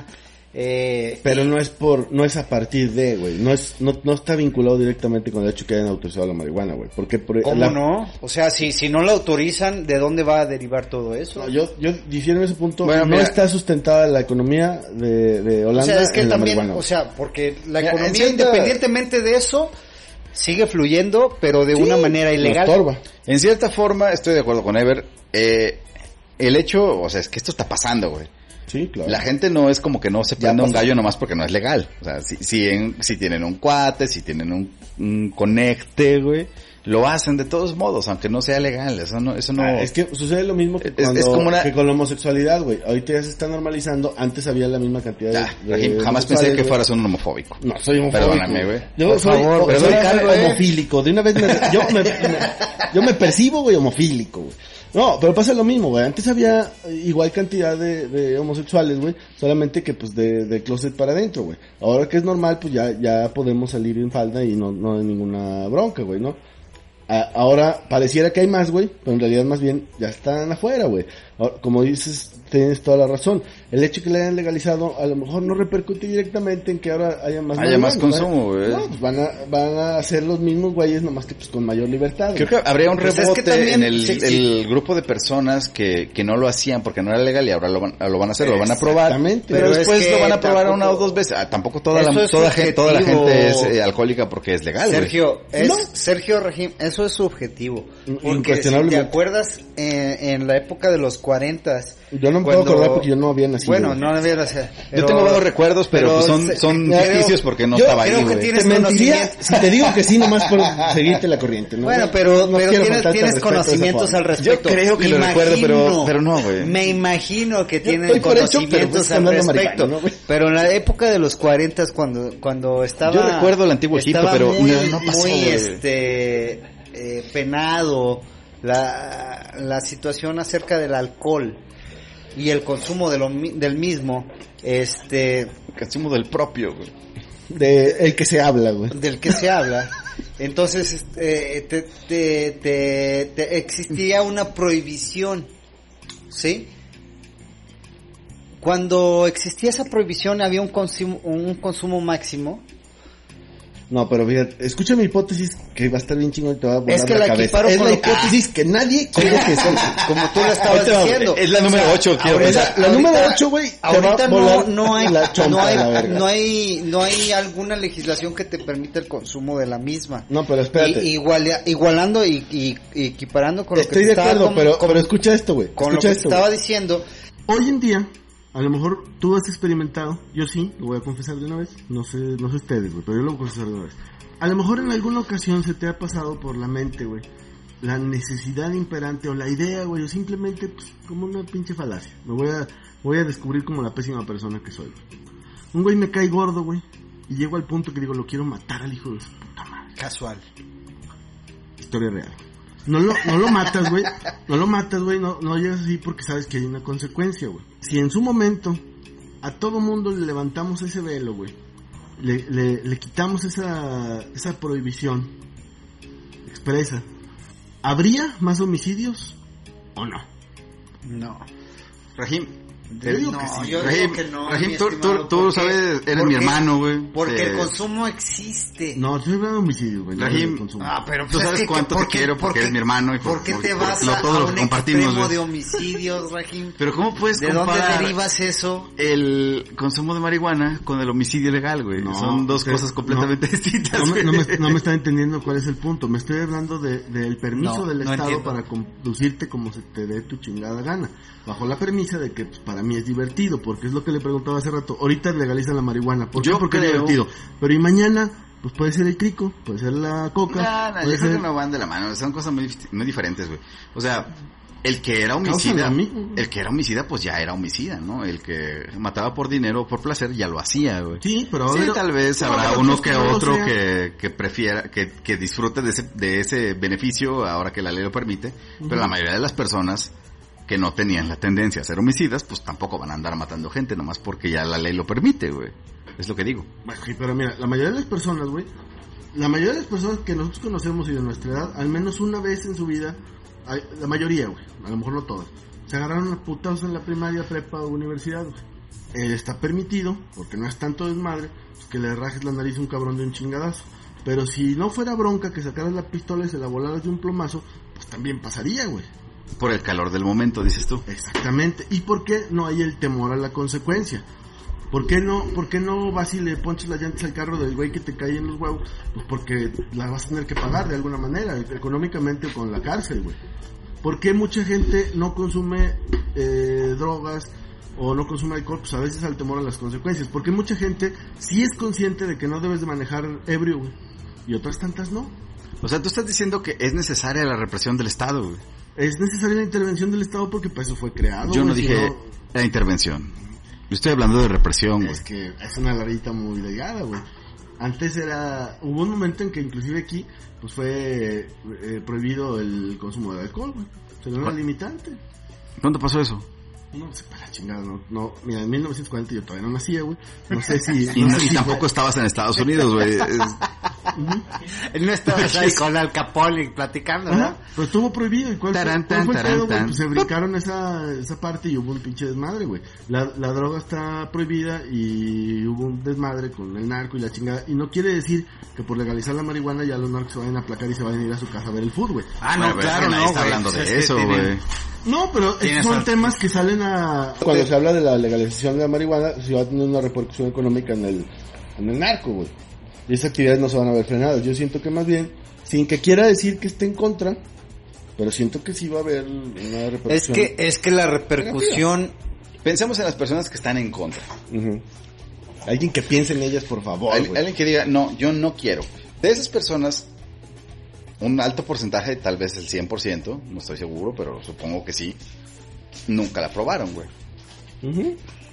Eh, Pero y- no es por, no es a partir de, güey, no es, no, no está vinculado directamente con el hecho que hayan autorizado la marihuana, güey, porque por ¿Cómo la- no? O sea, si si no la autorizan, ¿de dónde va a derivar todo eso? No, yo, yo difiero en ese punto, Bueno, no mira. está sustentada la economía de, de O Holanda sea, es que en la también, marihuana, o sea, porque la Mira, economía, en cierta- independientemente de eso, sigue fluyendo, pero de Sí, una manera no ilegal. estorba. En cierta forma, estoy de acuerdo con Ever. Eh, el hecho, o sea, es que esto está pasando, güey. Sí, claro. La gente no es como que no se Ya prende un pasó. gallo nomás porque no es legal. O sea, si, si, en- si tienen un cuate, si tienen un, un conecte, güey, lo hacen de todos modos, aunque no sea legal. Eso no, eso no. Ah, es que sucede lo mismo que, Es- cuando, es como una- que con la homosexualidad, güey. Ahorita ya se está normalizando. Antes había la misma cantidad de, Ah, de Rahim, jamás homosexuales, pensé que güey. fueras un homofóbico. No, soy homofóbico. Perdóname, güey. Yo Por soy, favor, o- pero soy soy calvo, ¿eh? homofílico. De una vez me, yo me, me- yo me percibo, güey, homofílico, güey. No, pero pasa lo mismo, güey. Antes había igual cantidad de, de homosexuales, güey. Solamente que, pues, de, de closet para adentro, güey. Ahora que es normal, pues, ya, ya podemos salir en falda y no, no hay ninguna bronca, güey, ¿no? A- ahora pareciera que hay más, güey, pero en realidad más bien ya están afuera, güey. Ahora, como dices, tienes toda la razón. El hecho que le hayan legalizado a lo mejor no repercute directamente en que ahora haya más Haya más marihuana, consumo, ¿verdad? güey. No, pues van a, van a hacer los mismos güeyes, nomás que pues con mayor libertad. Creo güey. que habría un Pues es rebote que también, en el, sí, sí. el grupo de personas que, que no lo hacían porque no era legal y ahora lo van, lo van a hacer, lo van a probar. Exactamente. Pero, Pero es después que lo van a probar tampoco- una o dos veces. Ah, tampoco toda la, Eso es toda, gente, toda la subjetivo. gente es eh, alcohólica porque es legal, güey. Sergio, es, No. Sergio Regim, eso es subjetivo. Porque si te Incuestionablemente. acuerdas, eh, en la época de los cuarentas... Yo no me puedo cuando- acordar porque yo no había nacido. Bueno, güey. no había nacido. Yo pero- tengo vagos recuerdos, pero, pues son, se- son creo- ficticios porque no yo estaba ahí, creo que güey. tienes Te mentiría conocimiento. si te digo que sí, nomás por seguirte la corriente, ¿no? Bueno, güey? pero, No pero quiero tienes, faltarte al tienes respeto de esa conocimientos forma. al respecto. Yo creo que lo recuerdo, pero- pero no, güey. Me imagino que Yo tienen estoy por hecho, pero conocimientos pues al hablando respecto. americano, ¿no, güey? Pero en la época de los cuarentas, cuando, cuando estaba... Yo recuerdo el antiguo Egipto, estaba pero muy, no, no pasó, muy, güey. este, eh, penado la, la situación acerca del alcohol y el consumo de lo, mi- del mismo, este... Consumo del propio, güey. De el que se habla, güey. del que se habla, entonces este, te, te, te, te existía una prohibición, ¿sí? Cuando existía esa prohibición había un consumo, un consumo máximo. No, pero fíjate, escucha mi hipótesis que va a estar bien chingón y te va a volar Es que la, la cabeza. equiparo Es con la lo que- hipótesis que nadie quiere que sea. Como tú lo estabas Ahí te va, diciendo. Es la número ocho, quiero ahorita- pensar. La ahorita- número ocho, güey, te va Ahorita a no, volar no hay, la chompa no a la hay, verga. no hay, no hay alguna legislación que te permita el consumo de la misma. No, pero espérate. Y, igual, igualando y, y, y equiparando con lo Estoy que de te estaba acuerdo, com- pero, com- pero escucha esto, güey. con lo Escucha que te esto, estaba güey. diciendo. Hoy en día, a lo mejor tú has experimentado, yo sí, lo voy a confesar de una vez, no sé, no sé ustedes, güey, pero yo lo voy a confesar de una vez. A lo mejor en alguna ocasión se te ha pasado por la mente, güey, la necesidad imperante o la idea, güey, o simplemente pues, como una pinche falacia. Me voy a voy a descubrir como la pésima persona que soy, güey. Un güey me cae gordo, güey, y llego al punto que digo, lo quiero matar al hijo de su puta madre. Casual. Historia real. No lo, no lo matas, güey. No lo matas, güey. No, no llegas así porque sabes que hay una consecuencia, güey. Si en su momento a todo mundo le levantamos ese velo, güey, le, le, le quitamos esa, esa prohibición expresa, ¿habría más homicidios o no? No. Rajim, Te digo no, que sí. yo Rajim, digo que no. Rajim, mi tú, estimado, tú, tú porque- sabes, eres mi porque- hermano, güey. Porque Eh, el consumo existe. No, estoy hablando de homicidios, güey. no Rajim, de consumo. Ah, pero Tú pues, sabes es que, cuánto te ¿por qué- quiero porque por qué- eres mi hermano y por- ¿por qué por- te por- vas lo- a, todo a lo un que compartimos, extremo güey. de homicidios, Rajim? Pero ¿cómo puedes ¿De dónde comparar derivas eso? el consumo de marihuana con el homicidio legal, güey? No, Son dos usted- cosas completamente no, distintas. No me, no, güey. me, no me está entendiendo cuál es el punto. Me estoy hablando de, del permiso No, del no Estado entiendo. para conducirte como se te dé tu chingada gana. Bajo la premisa de que pues, para mí es divertido, porque es lo que le preguntaba hace rato. Ahorita legalizan la marihuana. ¿Por qué? Yo Porque creo- es divertido. Pero y mañana, pues puede ser el crico, puede ser la coca. No, no, puede yo creo ser... que no van de la mano, son cosas muy, dif- muy diferentes, güey. O sea, el que era Causan homicida, lo mismo, güey. el que era homicida, pues ya era homicida, ¿no? El que mataba por dinero o por placer, ya lo hacía, güey. Sí, pero Sí, ahora- tal vez No, habrá pero uno pues que no lo otro sea. que, que prefiera, que, que disfrute de ese, de ese beneficio ahora que la ley lo permite, pero la mayoría de las personas que no tenían la tendencia a ser homicidas, pues tampoco van a andar matando gente nomás porque ya la ley lo permite, güey. Es lo que digo. Bueno, sí, pero mira, la mayoría de las personas, güey, la mayoría de las personas que nosotros conocemos y de nuestra edad, al menos una vez en su vida, hay- la mayoría, güey, a lo mejor no todas, se agarraron a putazos en la primaria, prepa o universidad, güey. Eh, está permitido, porque no es tanto desmadre, pues que le rajes la nariz a un cabrón de un chingadazo. Pero si no fuera bronca que sacaras la pistola y se la volaras de un plomazo, pues también pasaría, güey. Por el calor del momento, dices tú. Exactamente. ¿Y por qué no hay el temor a la consecuencia? ¿Por qué no, por qué no vas y le ponches las llantas al carro del güey que te cae en los huevos? Pues porque la vas a tener que pagar de alguna manera, económicamente o con la cárcel, güey. ¿Por qué mucha gente no consume eh, drogas o no consume alcohol? Pues a veces al temor a las consecuencias. Porque mucha gente sí es consciente de que no debes de manejar ebrio, güey. Y otras tantas no. O sea, tú estás diciendo que es necesaria la represión del Estado, güey. Es necesaria la intervención del Estado porque para eso fue creado. Yo no güey, si dije la intervención. Yo estoy hablando de represión, güey. Es que es una larita muy delgada, güey. Antes era... Hubo un momento en que inclusive aquí, pues fue eh, prohibido el consumo de alcohol, güey. Se le dio una ¿Cuál? limitante. ¿Cuándo pasó eso? No sé, para la chingada, no. no mira, en mil novecientos cuarenta yo todavía no nacía, güey. No sé si... Y, no no- sé y si tampoco fue- estabas en Estados Unidos, güey. Es- Ujú. Él no estaba ahí con Al Capone platicando, ¿no? Ajá, pero estuvo prohibido. ¿Y cuál fue, Tarán, cuál fue el tan, pedo, güey? tarán, Pues se tan. brincaron esa, esa parte y hubo un pinche desmadre, güey. La, la droga está prohibida y hubo un desmadre con el narco y la chingada. Y no quiere decir que por legalizar la marihuana ya los narcos se vayan a aplacar y se vayan a ir a su casa a ver el fútbol, güey. Ah, Bueno, no, pero es claro, que nadie no, está güey. hablando Pues de es que eso, tienen- güey. No, pero estos Tienes son razón. temas que salen a... Cuando se habla de la legalización de la marihuana, se va a tener una repercusión económica en el, en el narco, güey. Y esas actividades no se van a ver frenadas. Yo siento que más bien, sin que quiera decir que esté en contra, pero siento que sí va a haber una repercusión. Es que, es que la repercusión... Pensemos en las personas que están en contra. Ujú. Alguien que piense en ellas, por favor, Al- güey. alguien que diga, no, yo no quiero. De esas personas, un alto porcentaje, tal vez el cien por ciento, no estoy seguro, pero supongo que sí, nunca la probaron, güey. Ujú.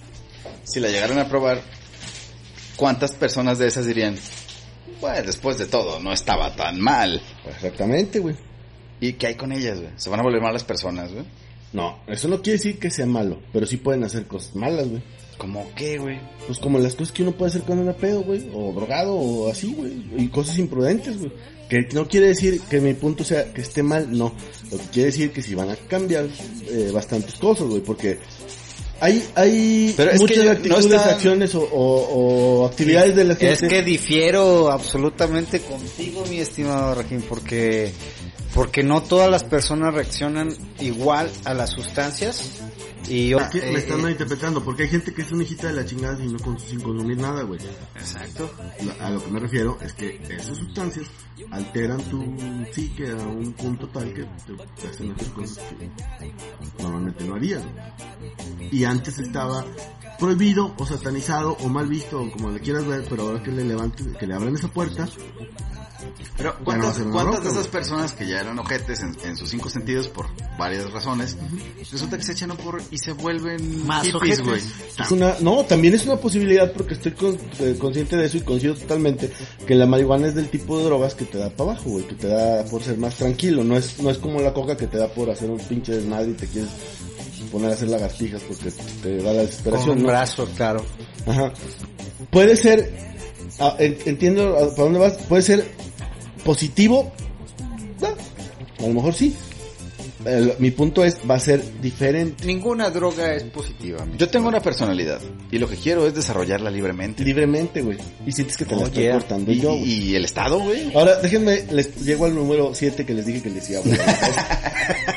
Si la llegaran a probar, ¿cuántas personas de esas dirían, bueno, después de todo, no estaba tan mal? Exactamente, güey. ¿Y qué hay con ellas, güey? ¿Se van a volver malas personas, güey? No, eso no quiere decir que sea malo, pero sí pueden hacer cosas malas, güey. ¿Cómo qué, güey? Pues como las cosas que uno puede hacer cuando anda pedo, güey, o drogado, o así, güey, y cosas imprudentes, güey. Que no quiere decir que mi punto sea que esté mal, no. Lo que quiere decir que sí van a cambiar eh, bastantes cosas, güey, porque hay hay Pero es muchas que no actitudes, están- acciones o, o, o actividades de la gente. Es que difiero absolutamente contigo, mi estimado Rajim, porque porque no todas las personas reaccionan igual a las sustancias y yo, ¿Qué? eh, Me están eh, malinterpretando, porque hay gente que es una hijita de la chingada sin, no con- sin consumir nada, güey. exacto. La- A lo que me refiero es que esas sustancias alteran tu psique a un punto tal que te, te hacen hacer cosas que normalmente no harías, güey. Y antes estaba prohibido o satanizado o mal visto o como le quieras ver, pero ahora que le levanten, que le abran esa puerta, Pero Ya no va a ¿cuántas, ser una cuántas roca, de esas güey. personas que ya eran ojetes en, en sus cinco sentidos por varias razones, resulta que se echan un porro y se vuelven Más hippies, ojetes. güey? Es una, no, también es una posibilidad porque estoy con- eh, consciente de eso y coincido totalmente que la marihuana es del tipo de drogas que te da para abajo, güey, que te da por ser más tranquilo, no es no es como la coca que te da por hacer un pinche desmadre y te quieres poner a hacer lagartijas porque te da la Con desesperación, un ¿no? brazo, claro. Ajá. Puede ser, ah, en- entiendo ah, para dónde vas, puede ser positivo, ah, a lo mejor sí. El- mi punto es, va a ser diferente. Ninguna droga es positiva. Yo tengo una personalidad y lo que quiero es desarrollarla libremente. Libremente, güey. Y sientes que te la Oh, estoy yeah. cortando Y, yo, güey. y el Estado, güey. Ahora, déjenme, les llego al número siete que les dije que les iba a hablar.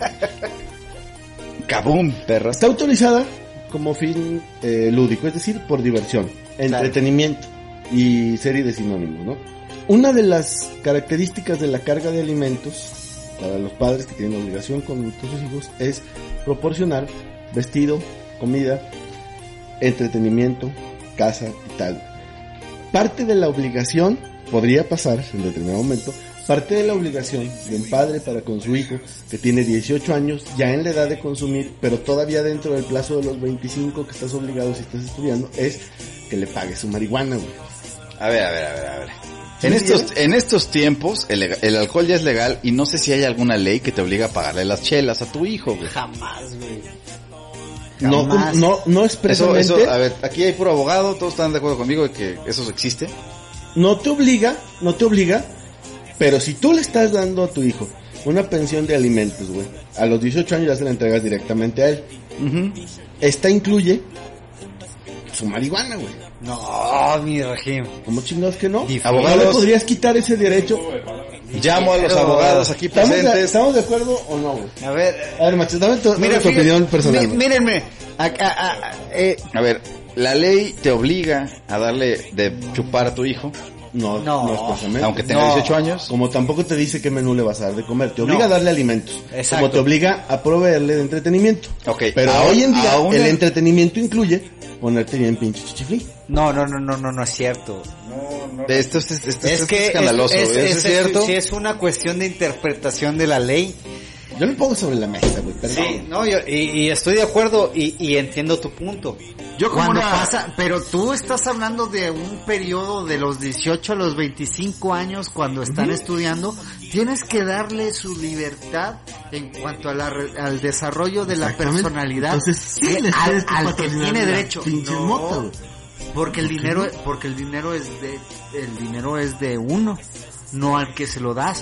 ¡Kabum, perras! Está autorizada como fin eh, lúdico, es decir, por diversión, entretenimiento y serie de sinónimos, ¿no? Una de las características de la carga de alimentos para los padres que tienen obligación con sus hijos es proporcionar vestido, comida, entretenimiento, casa y tal. Parte de la obligación podría pasar en determinado momento. Parte de la obligación de un padre para con su hijo que tiene dieciocho años, ya en la edad de consumir, pero todavía dentro del plazo de los veinticinco que estás obligado si estás estudiando, es que le pague su marihuana, güey. A ver, a ver, a ver, a ver. ¿Sí En me estos, entiendes? en estos tiempos, el, el alcohol ya es legal y no sé si hay alguna ley que te obliga a pagarle las chelas a tu hijo, güey. Jamás, güey. No, Jamás. no, no Eso, expresamente, eso, a ver, aquí hay puro abogado, todos están de acuerdo conmigo de que eso existe. no te obliga, no te obliga, pero si tú le estás dando a tu hijo una pensión de alimentos, güey, a los dieciocho años ya se la entregas directamente a él. Esta incluye su marihuana, güey. No, mi Rajim. ¿Cómo chingados que no? Difícil. ¿No le Abogados. podrías quitar ese derecho? Llamo a los Pero- abogados aquí ¿Estamos de, presentes. ¿Estamos de acuerdo o no, güey? A ver, A ver, macho, dame tu, dame tu fíjate, opinión personal. mí- güey. mírenme. Acá, a- a- eh, A ver, la ley te obliga a darle de chupar a tu hijo, No, no, No. expresamente. aunque tenga No. dieciocho años. Como tampoco te dice qué menú le vas a dar de comer. Te obliga No. a darle alimentos. Exacto. Como te obliga a proveerle de entretenimiento. Ok, Pero aún- hoy en día aún el en- entretenimiento incluye ponerte bien pinche chichiflí. no, no, no, no, no, no es cierto. Esto es, esto, esto Es es que escandaloso, es, ¿eso es, es, es- cierto? si es una cuestión de interpretación de la ley. Yo lo pongo sobre la mesa, güey. Perdón. Sí, no, yo, y, y estoy de acuerdo y, y entiendo tu punto. Yo como Cuando una- pasa, pero tú estás hablando de un periodo de los dieciocho a los veinticinco años cuando están estudiando, tienes que darle su libertad en cuanto a la re- al desarrollo de la Exactamente. personalidad Entonces, sí que- les al, tienes que al que patrocinar tiene la derecho. pinche No, mota, güey. porque el dinero, porque el dinero es de, el dinero es de uno, no al que se lo das.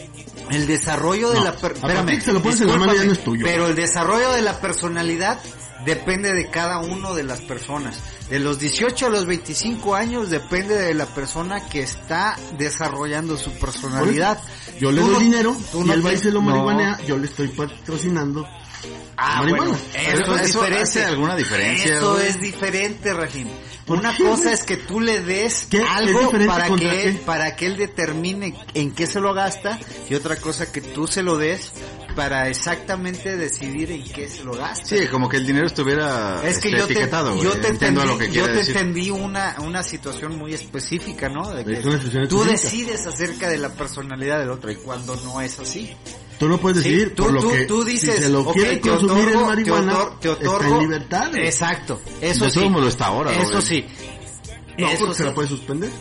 El desarrollo de No, la per- a partir que se lo pones en la mano ya discúlpame, no es tuyo. pero el desarrollo de la personalidad depende de cada uno de las personas. De los dieciocho a los veinticinco años depende de la persona que está desarrollando su personalidad. Yo le Tú doy no- dinero tú y no él va y te- se lo no. marihuanea, yo le estoy patrocinando. Ah, marihuana. bueno, Pero eso es eso diferente. hace alguna diferencia, Eso güey. es diferente, Rajim. ¿Por Una qué, cosa güey? es que tú le des ¿Qué? ¿Es algo diferente para contra que, qué? para que él determine en qué se lo gasta y otra cosa que tú se lo des para exactamente decidir en qué se lo gasta. Sí, como que el dinero estuviera Es que este, yo te, etiquetado, güey. yo te Entiendo entendí, a lo que yo quiere te decir. entendí una, una situación muy específica, ¿no? De que Es una situación tú específica. decides acerca de la personalidad del otro y cuando no es así. Tú no puedes Sí, decidir tú, por lo tú, que tú dices, si se lo ok, quiere te consumir otorgo, en marihuana, te otor- te otorgo, está en libertad. güey. Exacto, eso De sí. todo modo está ahora, Eso güey. sí. No, Eso porque se sí. la puede suspender.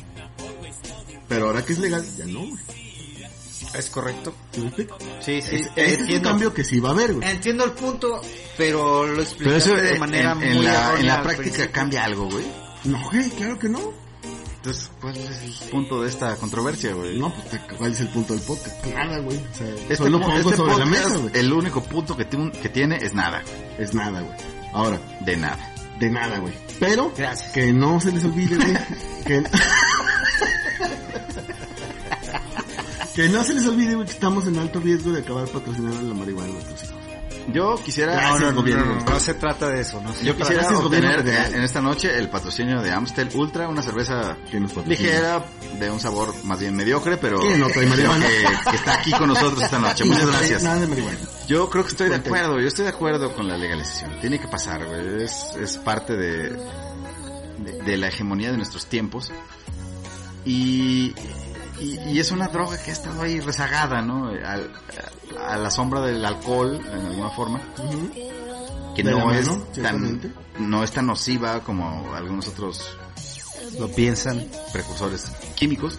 Pero ahora que es legal, ya no, güey. Es correcto. ¿Sí me explico? Sí, sí. Es- ese es un entiendo. cambio que sí va a haber, güey. Entiendo el punto, pero lo Pero explicaste eso de en, manera en- en muy la, en errónea la al práctica principio. cambia algo, güey. No, güey, claro que no. Entonces, ¿cuál es el punto de esta controversia, güey? No, pues, te- ¿cuál es el punto del podcast? Pues nada, güey. O sea, Este, solo pu- pongo este sobre la podcast, mesa, güey. el único punto que, tiene- que tiene es nada, güey. Es nada, güey. Ahora, De nada. de nada, güey. Pero, Gracias. que no se les olvide, güey. que... que no se les olvide, güey, que estamos en alto riesgo de acabar patrocinando la marihuana de nuestros hijos. Yo quisiera... Gracias, No, no, no, gobierno. no, no, no se trata de eso, no se Yo trata quisiera Gracias, obtener gobierno federal. eh, en esta noche el patrocinio de Amstel Ultra, una cerveza Que nos patrocine. ligera, de un sabor más bien mediocre, pero Que no trae marihuana. que, que está aquí con nosotros esta noche. Y Muchas no trae gracias. Nada de marihuana. Yo creo que estoy de Cuéntame. acuerdo, yo estoy de acuerdo con la legalización. Tiene que pasar, güey. Es, es parte de, de, de la hegemonía de nuestros tiempos. Y, y, y es una droga que ha estado ahí rezagada, ¿no? Al, a, a la sombra del alcohol, en alguna forma. Uh-huh. Que de no es mano, tan, no es tan nociva como algunos otros lo piensan, precursores químicos.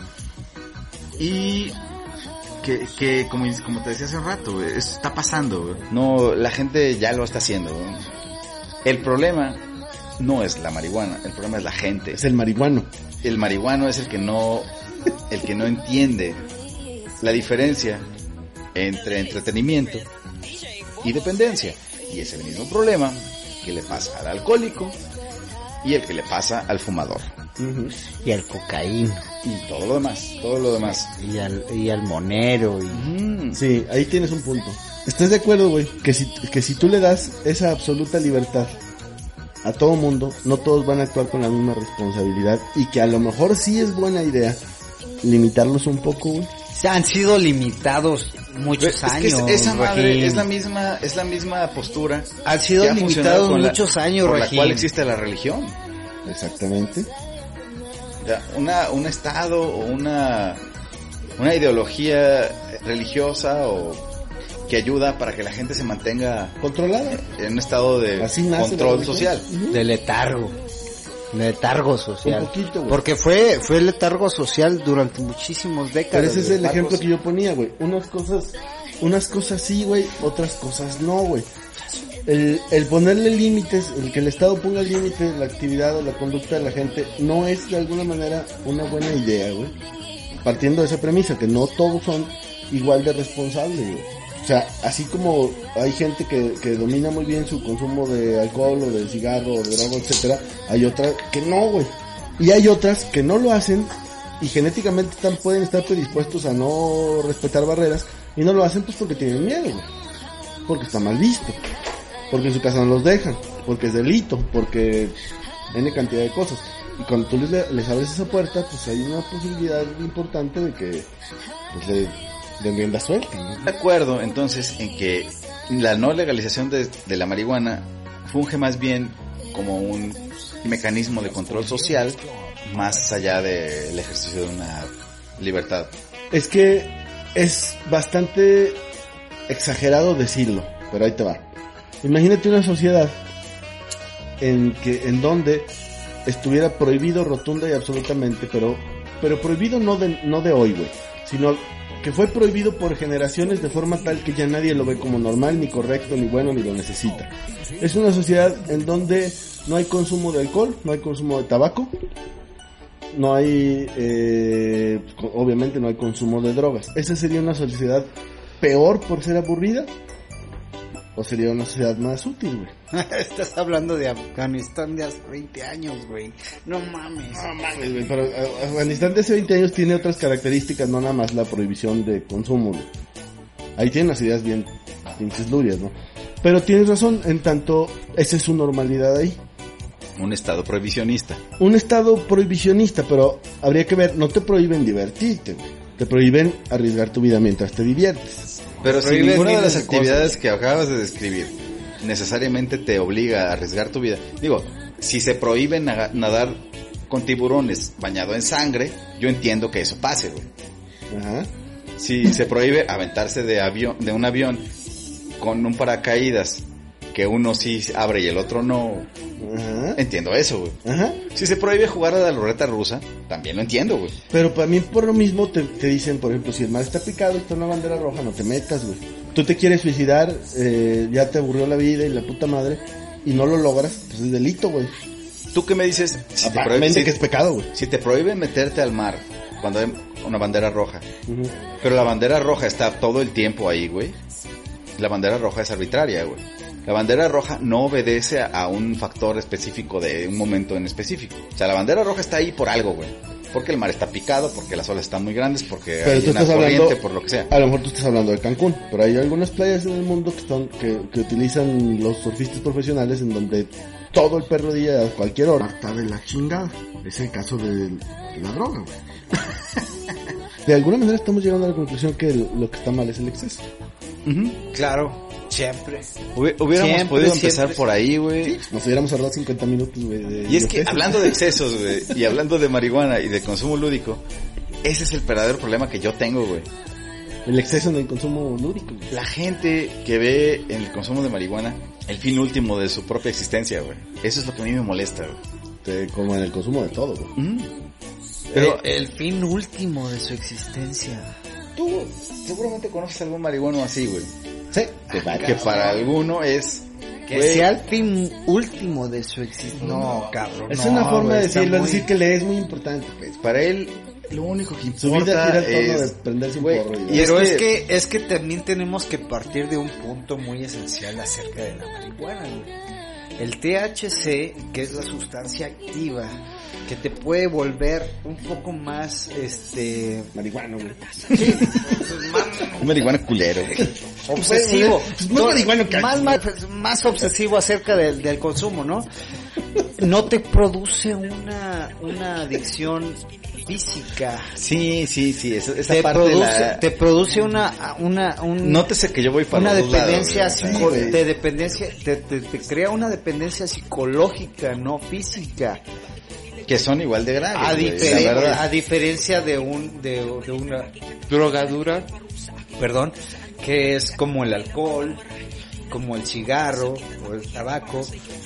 Y que, que como, como te decía hace un rato, güey, eso está pasando, güey. No, la gente ya lo está haciendo, güey. El problema no es la marihuana, el problema es la gente. Es el marihuano. El marihuano es el que no, el que no entiende la diferencia entre entretenimiento y dependencia. Y es el mismo problema que le pasa al alcohólico y el que le pasa al fumador. Uh-huh. Y al cocaína. Y todo lo demás, todo lo demás. Y al, y al monero. Y... Uh-huh. Sí, ahí tienes un punto. ¿Estás de acuerdo, güey? Que si, que si tú le das esa absoluta libertad a todo mundo, no todos van a actuar con la misma responsabilidad y que a lo mejor sí es buena idea limitarlos un poco, güey. Se han sido limitados muchos es años. Que esa madre es la misma, es la misma postura. Han sido limitados muchos la, años, por Regín. la cual existe la religión. Exactamente. Una, un estado o una, una ideología religiosa o que ayuda para que la gente se mantenga controlada en un estado de control social, uh-huh. de letargo. Letargo social. Un poquito, güey. Porque fue, fue letargo social durante muchísimos décadas. Pero ese es el ejemplo que yo ponía, güey. Unas cosas, unas cosas sí, güey, otras cosas no, güey. El, el ponerle límites, el que el Estado ponga límites, la actividad o la conducta de la gente, no es de alguna manera una buena idea, güey. Partiendo de esa premisa, que no todos son igual de responsables, güey. O sea, así como hay gente que, que domina muy bien su consumo de alcohol o de cigarro o de droga, etcétera, hay otras que no, güey. Y hay otras que no lo hacen y genéticamente están, pueden estar predispuestos a no respetar barreras y no lo hacen pues porque tienen miedo, güey. Porque está mal visto. Porque en su casa no los dejan. Porque es delito. Porque N cantidad de cosas. Y cuando tú les, les abres esa puerta, pues hay una posibilidad importante de que pues de, de rienda suelta, ¿no? De acuerdo, entonces, en que la no legalización de, de la marihuana funge más bien como un mecanismo de control social más allá del ejercicio de una libertad. Es que es bastante exagerado decirlo, pero ahí te va. Imagínate una sociedad en que en donde estuviera prohibido rotunda y absolutamente, pero pero prohibido no de no de hoy, güey, sino que fue prohibido por generaciones de forma tal que ya nadie lo ve como normal, ni correcto, ni bueno, ni lo necesita. Es una sociedad en donde no hay consumo de alcohol, no hay consumo de tabaco, no hay, eh, obviamente no hay consumo de drogas. Esa sería una sociedad peor por ser aburrida, o sería una sociedad más útil, güey. Estás hablando de Afganistán de hace veinte años, güey. No mames. No mames, güey. Pero Afganistán de hace veinte años tiene otras características, no nada más la prohibición de consumo, güey. Ahí tienen las ideas bien pinches lurias, ¿no? Pero tienes razón, en tanto, esa es su normalidad ahí. Un estado prohibicionista. Un estado prohibicionista, pero habría que ver, no te prohíben divertirte, güey. Te prohíben arriesgar tu vida mientras te diviertes. Pero si ninguna de las actividades que acabas de describir necesariamente te obliga a arriesgar tu vida. Digo, si se prohíbe nadar con tiburones bañado en sangre, yo entiendo que eso pase, güey. Ajá. Si se prohíbe aventarse de avión, de un avión con un paracaídas que uno sí abre y el otro no, ajá, entiendo eso, güey. Ajá. Si se prohíbe jugar a la ruleta rusa, también lo entiendo, güey. Pero también por lo mismo te, te dicen, por ejemplo, si el mar está picado, está una bandera roja, no te metas, güey. Tú te quieres suicidar, eh, ya te aburrió la vida y la puta madre, y no lo logras, pues es delito, güey. ¿Tú qué me dices? Si te prohíben, si, que es pecado, güey. Si te prohíben meterte al mar cuando hay una bandera roja, uh-huh, pero la bandera roja está todo el tiempo ahí, güey, la bandera roja es arbitraria, güey. La bandera roja no obedece a un factor específico de un momento en específico. O sea, la bandera roja está ahí por algo, güey. Porque el mar está picado, porque las olas están muy grandes, porque pero hay tú una estás corriente, hablando, por lo que sea. A lo mejor tú estás hablando de Cancún, pero hay algunas playas en el mundo que están que, que utilizan los surfistas profesionales en donde todo el perro día, a cualquier hora. Está de la chingada. Es el caso de la droga, güey. De alguna manera estamos llegando a la conclusión que lo que está mal es el exceso. Uh-huh. Claro. Siempre. Hubiéramos siempre, podido empezar siempre. Por ahí, güey. Sí, nos hubiéramos ahorrado cincuenta minutos, güey. Y es que excesos. Hablando de excesos, güey, y hablando de marihuana y de consumo lúdico, ese es el verdadero problema que yo tengo, güey. El exceso en el consumo lúdico. La gente que ve en el consumo de marihuana el fin último de su propia existencia, güey. Eso es lo que a mí me molesta, güey. De, como en el consumo de todo, güey. Mm. Pero el, el fin último de su existencia. Tú seguramente conoces algún marihuano así, güey. Sí. Que, que para alguno es... Que güey, sea el fin último de su existencia. No, cabrón. Es no, una forma güey, de está decirlo, muy- decir que le es muy importante. pues, para él, lo único que Su vida importa tira el tono es... de prenderse un güey, porro. y Pero es es que- que, es que también tenemos que partir de un punto muy esencial acerca de la marihuana, güey. El T H C, que es la sustancia activa, que te puede volver un poco más, este... Marihuana, güey. Un marihuana culero. obsesivo. Pues más marihuano que más, más, más obsesivo acerca del, del consumo, ¿no? No te produce una, una adicción física. Sí, sí, sí, esa, esa Te parte produce, la... te produce una, una, un, Nótese que yo voy para una los dos dependencia, lados, güey. psico- Sí, güey. de dependencia, te, te, te crea una dependencia psicológica, no física. Que son igual de graves, A, güey, diferen- la verdad. a diferencia de un, de, de una drogadura, perdón, que es como el alcohol, como el cigarro o el tabaco,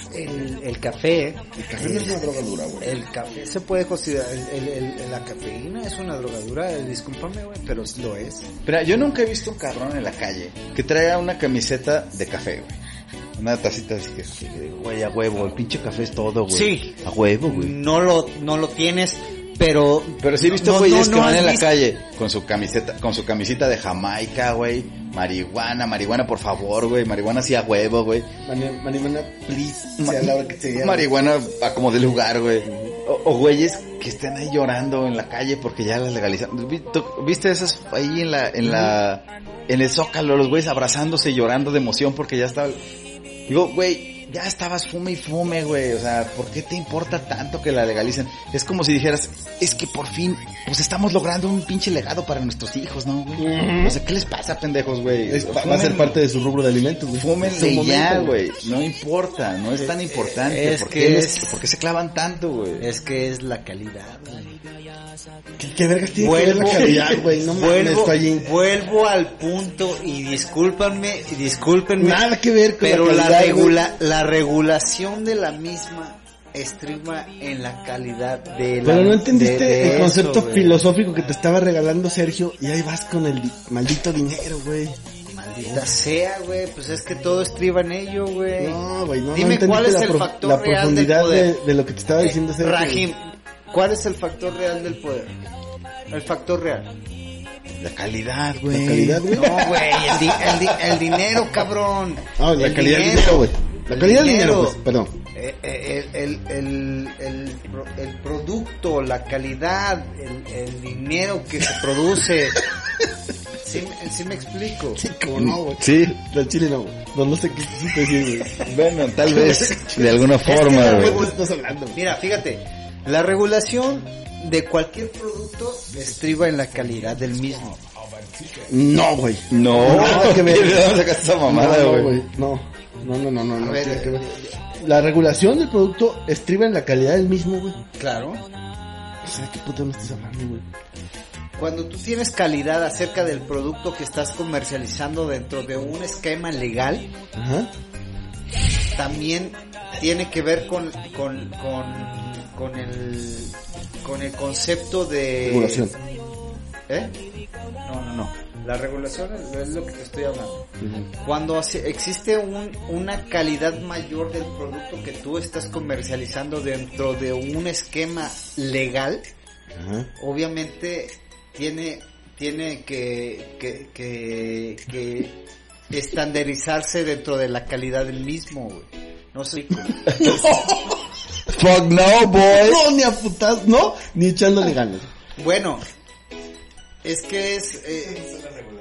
el, el café. El café no es una droga dura, güey. El café se puede considerar, el, el, el- la cafeína es una drogadura, eh, discúlpame, güey, pero lo es. Pero yo nunca he visto un cabrón en la calle que traiga una camiseta de café, güey. Una tacita así que, que digo, güey, a huevo, el pinche café es todo, güey. Sí. A huevo, güey. No lo, no lo tienes, pero... Pero sí he visto no, güeyes no, que no van has en la visto- calle con su camiseta, con su camisita de Jamaica, güey. Marihuana, marihuana, por favor, güey. Marihuana sí a huevo, güey. Mani- Marihuana, please, Ma- sea la hora que sea. Marihuana a como de lugar, güey. O, o güeyes que estén ahí llorando en la calle porque ya las legalizaron. Vi- tú- ¿Viste esas ahí en la, en la, en el Zócalo, los güeyes abrazándose y llorando de emoción porque ya estaba... Digo, güey, ya estabas fume y fume, güey. O sea, ¿por qué te importa tanto que la legalicen? Es como si dijeras, es que por fin, pues estamos logrando un pinche legado para nuestros hijos, ¿no, güey? O sea, ¿qué les pasa, pendejos, güey? Es- va a ser parte de su rubro de alimentos, güey. Es un Fúmenle momento, ya, güey. No importa, no es tan importante. es ¿Por que qué, les- es- ¿Por qué se clavan tanto, güey? Es que es la calidad, güey. ¿Qué, qué vergas tiene que ver la calidad, güey? No mames, vuelvo, Fallín. vuelvo al punto y discúlpanme, y discúlpenme. Nada que ver con pero la la, calidad, regula, la regulación de la misma estriba en la calidad de la... Pero no entendiste de- de el concepto eso, güey. filosófico que te estaba regalando Sergio y ahí vas con el di- maldito dinero, güey. Maldita sea, güey, pues es que todo estriba en ello, güey. No, güey, no, no Dime entendiste cuál es la, el pro- factor la real del profundidad poder. de, de lo que te estaba diciendo Sergio. Rahim, ¿cuál es el factor real del poder? El factor real. La calidad, La güey. calidad, güey. No, güey, el, di- el, di- el dinero, cabrón. Ah, la El calidad del dinero. dinero, güey. La El calidad del dinero, dinero. pues, perdón. Eh, eh, El, el, el, el, pro- el producto, la calidad, el, el dinero que se produce. ¿Sí, sí me explico? Sí, como no, güey. Sí. La chile no, güey. No, no sé qué quisiste decir, güey. Bueno, tal vez de alguna que forma, la güey. ¿De regula- qué estás hablando, güey? Mira, fíjate, la regulación de cualquier producto estriba en la calidad del mismo. No, güey. No, Nada que ver. ¿De dónde sacaste esa mamada, no, güey? No, no, no, no, no, no A ver, tiene que ver. eh, La regulación del producto estriba en la calidad del mismo, güey. Claro. O sea, ¿de qué puta me estás hablando, güey? Cuando tú tienes calidad acerca del producto que estás comercializando dentro de un esquema legal, Ajá. también tiene que ver con con con, con el con el concepto de Regulación. ¿Eh? No, no, no. La regulación es, es lo que te estoy hablando. Cuando hace- existe un, una calidad mayor del producto que tú estás comercializando dentro de un esquema legal, Ajá. obviamente tiene tiene que que, que, que estandarizarse dentro de la calidad del mismo, güey. No sé. Fuck no, boy. No, ni a putas, no, ni echándole ganas. Bueno, es que es eh,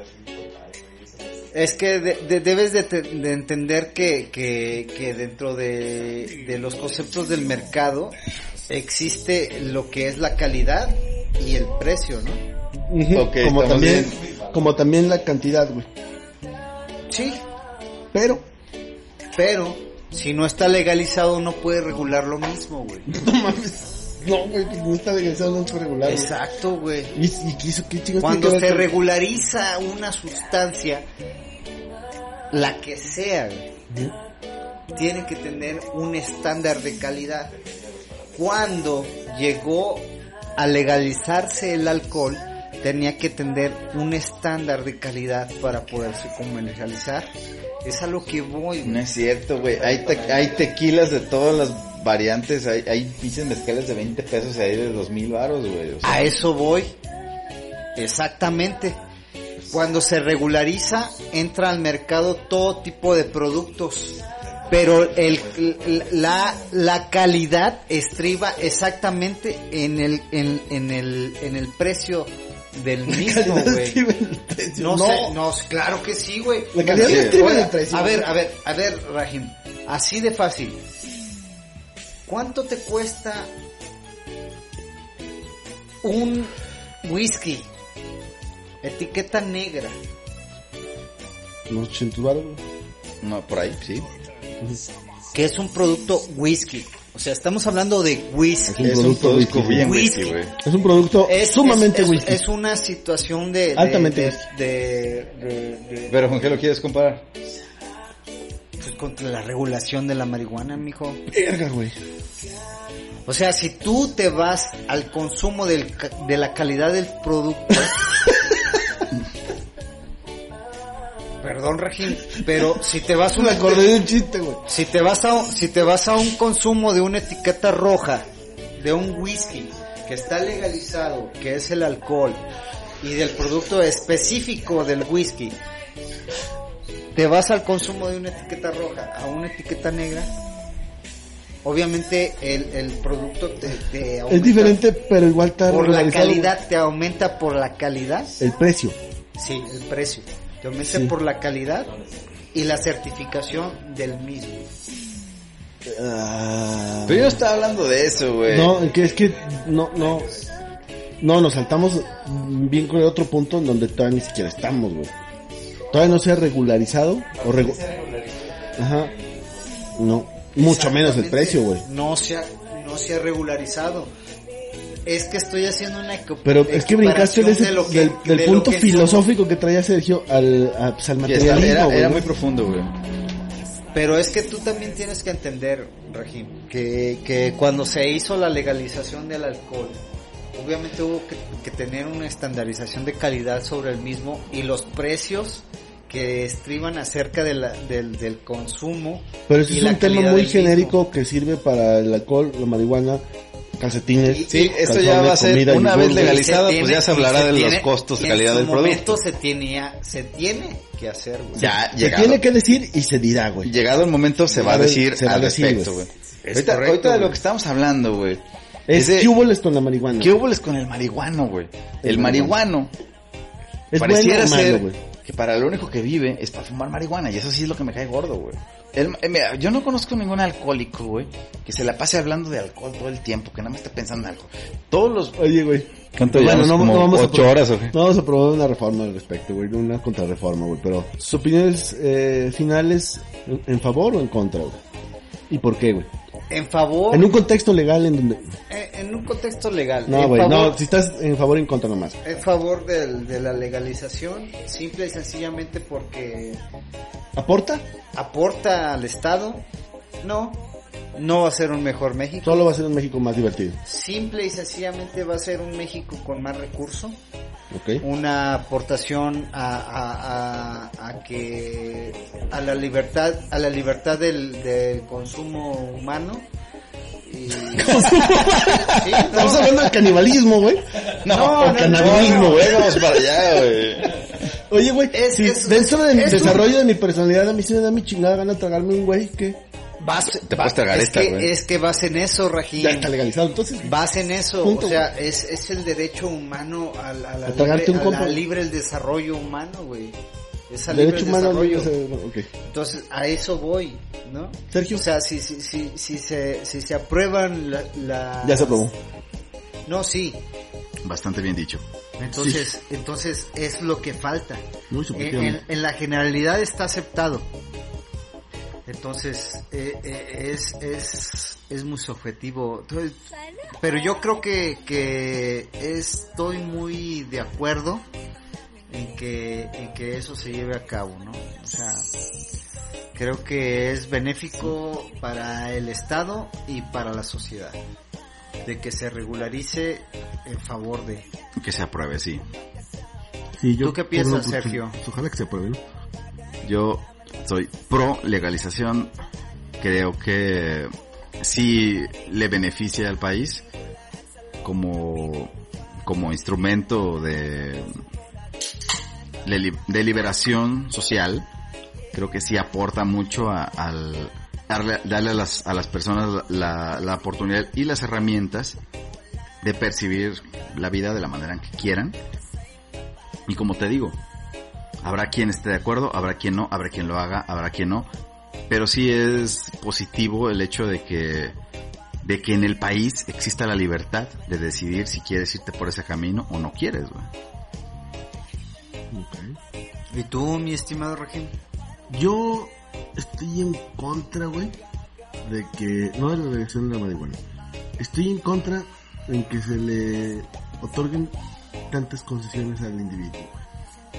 es que de- de- debes de, te- de entender que, que, que dentro de, de los conceptos del mercado existe lo que es la calidad y el precio, ¿no? Ujú. Ok, como estamos también, bien. como también la cantidad, güey. Sí, Pero, pero si no está legalizado no puede regular lo mismo, güey. no mames. No, güey, no está legalizado, no es regular. Exacto, güey. ¿Y, y qué, hizo- qué chingos Cuando tiene que se ver con- regulariza una sustancia, la que sea, güey, tiene que tener un estándar de calidad. Cuando llegó a legalizarse el alcohol, tenía que tener un estándar de calidad para poderse comercializar. Es a lo que voy, güey. No es cierto, güey. Hay, te- hay tequilas de todas las variantes. Hay, hay pinches mezcales de veinte pesos y hay de dos mil varos, güey. O sea, A eso voy. Exactamente. Cuando se regulariza, entra al mercado todo tipo de productos. Pero el, la, la calidad estriba exactamente en el, en, en el, en el precio del mismo, güey. No, No. sé, no, claro que sí, güey. La calidad Sí. no estriba en Oiga, el precio. A ver, a ver, a ver, Rahim, así de fácil. ¿Cuánto te cuesta un whisky? Etiqueta negra. Unos ochenta baros, güey. no, por ahí, sí. Que es un producto whisky. O sea, estamos hablando de whisky. Es un Es un producto producto whisky. bien Whisky. whisky, güey. Es un producto Es, sumamente es, es- whisky. es una situación de... de Altamente de, whisky. de- de- de- Pero ¿con qué lo quieres comparar? pues, contra la regulación de la marihuana, mijo. Verga, güey. O sea, si tú te vas al consumo del, ca- de la calidad del producto... Perdón, Regín, pero si te vas a Me una, acordé de un chiste, güey. si te vas a un- si te vas a un consumo de una etiqueta roja de un whisky que está legalizado, que es el alcohol, y del producto específico del whisky, te vas al consumo de una etiqueta roja a una etiqueta negra, obviamente el, el producto te, te aumenta Es diferente, pero igual está por la regularizado, calidad, te aumenta por la calidad. güey. El precio. Sí, el precio. Te aumenta Sí. por la calidad y la certificación del mismo. Ah. Pero yo no estaba hablando de eso, güey. No, que es que no, no, no, nos saltamos bien con el otro punto en donde todavía ni siquiera estamos, güey. Todavía no se ha regularizado o regu- Ajá. No, mucho menos el Exactamente. precio, güey. No se ha, no se ha regularizado. Es que estoy haciendo una eco- Pero es que brincaste de ese- de lo que- del, del de lo punto que filosófico que traía Sergio al, a, pues, al Y está- materialismo, era, güey, era ¿no? muy profundo, güey. Pero es que tú también tienes que entender, Regín, que, que cuando se hizo la legalización del alcohol, obviamente hubo que, que tener una estandarización de calidad sobre el mismo y los precios que estriban acerca de la, del, del consumo. Pero eso y es la un tema calidad muy del genérico mismo. que sirve para el alcohol, la marihuana, calcetines. Sí, esto calzones, ya va a ser, comida, una yogur, vez güey. legalizado, Se pues tiene- ya se hablará se de los tiene- costos, en calidad su del producto. momento se tenía, se tiene que hacer, güey. Ya, Se llegado, tiene que decir y se dirá, güey. llegado el momento se va a Llegado el- decir se va a al decir, respecto, güey. güey. Es Ahorita, correcto, ahorita de lo güey. que estamos hablando, güey. Es de- ¿qué hubo les con la marihuana? ¿Qué hubo con el marihuano, güey? El El marihuano ¿Es pareciera bueno o malo, ser güey? que para lo único que vive es para fumar marihuana, y eso sí es lo que me cae gordo, güey. El- eh, mira, yo no conozco ningún alcohólico, güey, que se la pase hablando de alcohol todo el tiempo, que nada más esté pensando en alcohol. Todos los... Oye, güey. ¿Cuánto Bueno, llevamos? no, ¿Como no vamos a ocho pro- horas o qué? No vamos a probar una reforma al respecto, güey. Una contrarreforma, güey. Pero, ¿sus opiniones eh, finales en, en favor o en contra, güey? ¿Y por qué, güey? En favor, En un contexto legal en donde... en, en un contexto legal. No, En güey, favor- no. Si estás en favor o en contra nomás. En favor del- de la legalización, simple y sencillamente porque ¿Aporta? aporta al Estado. No, no va a ser un mejor México. Solo va a ser un México más divertido. Simple y sencillamente va a ser un México con más recursos. ¿Ok? Una aportación a, a, a, a que a la libertad a la libertad del, del consumo humano. Y... Sí, no. Estamos hablando de canibalismo, güey. No, o no, canibalismo, no, güey. Vamos para allá, güey. Oye, güey, Es- si es- dentro del es desarrollo de mi personalidad, a mí sí me da mi chingada gana tragarme un güey que Vas, Te puedes tragar es esta, que, güey. es que vas en eso, Rajín. ya está legalizado. Entonces, Vas en eso, Punto. o sea, es, es el derecho humano a, la- a la A tragarte libre, un a la compa. libre el desarrollo humano, güey. Es al libre derecho el humano... desarrollo. Ok. Entonces, a eso voy, ¿no? Sergio. O sea, si, si, si, si, se, si se aprueban la, la... Ya se aprobó. No, sí. Bastante bien dicho. Entonces, entonces es lo que falta. Muy En, subjetivamente. en- en la generalidad está aceptado. Entonces, eh, eh, es, es, es muy subjetivo. Entonces, pero yo creo que, que estoy muy de acuerdo en que, en que eso se lleve a cabo, ¿no? O sea, creo que es benéfico para el Estado y para la sociedad, de que se regularice en favor de... Que se apruebe, sí. Sí, yo, ¿Tú qué piensas, por- Sergio? pues, ojalá que se apruebe, ¿no? Yo soy pro legalización. Creo que sí le beneficia al país como, como instrumento de, de liberación social. Creo que sí aporta mucho a, al darle, darle a las, a las personas la, la oportunidad y las herramientas de percibir la vida de la manera en que quieran. Y como te digo, habrá quien esté de acuerdo, habrá quien no, habrá quien lo haga, habrá quien no. Pero sí es positivo el hecho de que, de que en el país exista la libertad de decidir si quieres irte por ese camino o no quieres, güey. Okay. ¿Y tú, mi estimado Regín? Yo estoy en contra, güey, de que... No de la legalización de la marihuana. Estoy en contra en que se le otorguen tantas concesiones al individuo, güey.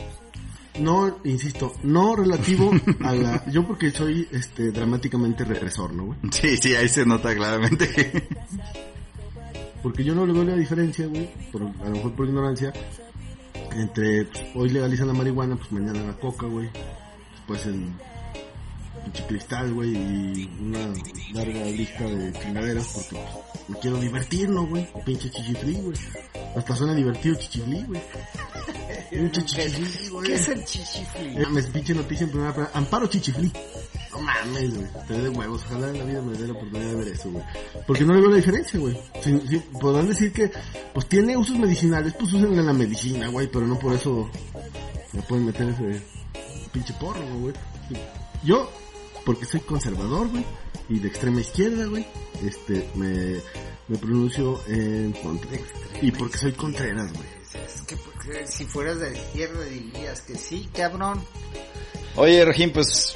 No, insisto, no relativo a la... Yo porque soy este dramáticamente represor, ¿no, güey? Sí, sí, ahí se nota claramente que... Porque yo no le veo la diferencia, güey, por, a lo mejor por ignorancia, entre pues, hoy legalizan la marihuana, pues mañana la coca, güey. Después el pinche cristal, güey, y una larga lista de chingaderas porque pues, me quiero divertir, ¿no, güey? Pinche chichiflí, güey. Hasta suena divertido chichiflí, güey. Pinche chichiflí, güey. ¿Qué es el chichiflí? Eh, Me pinche noticia en primera plana. Amparo chichiflí. No mames, güey. Te de huevos. Ojalá en la vida me dé la oportunidad de ver eso, güey. Porque no le veo la diferencia, güey. Si, si, podrán decir que, pues tiene usos medicinales, pues usen en la medicina, güey. Pero no por eso le pueden meter ese pinche porro, güey. Yo, porque soy conservador, güey, y de extrema izquierda, güey, este, me, me pronuncio en contra. Y porque soy Contreras, güey. Es que porque si fueras de la izquierda dirías que sí, cabrón. Oye, Regín, pues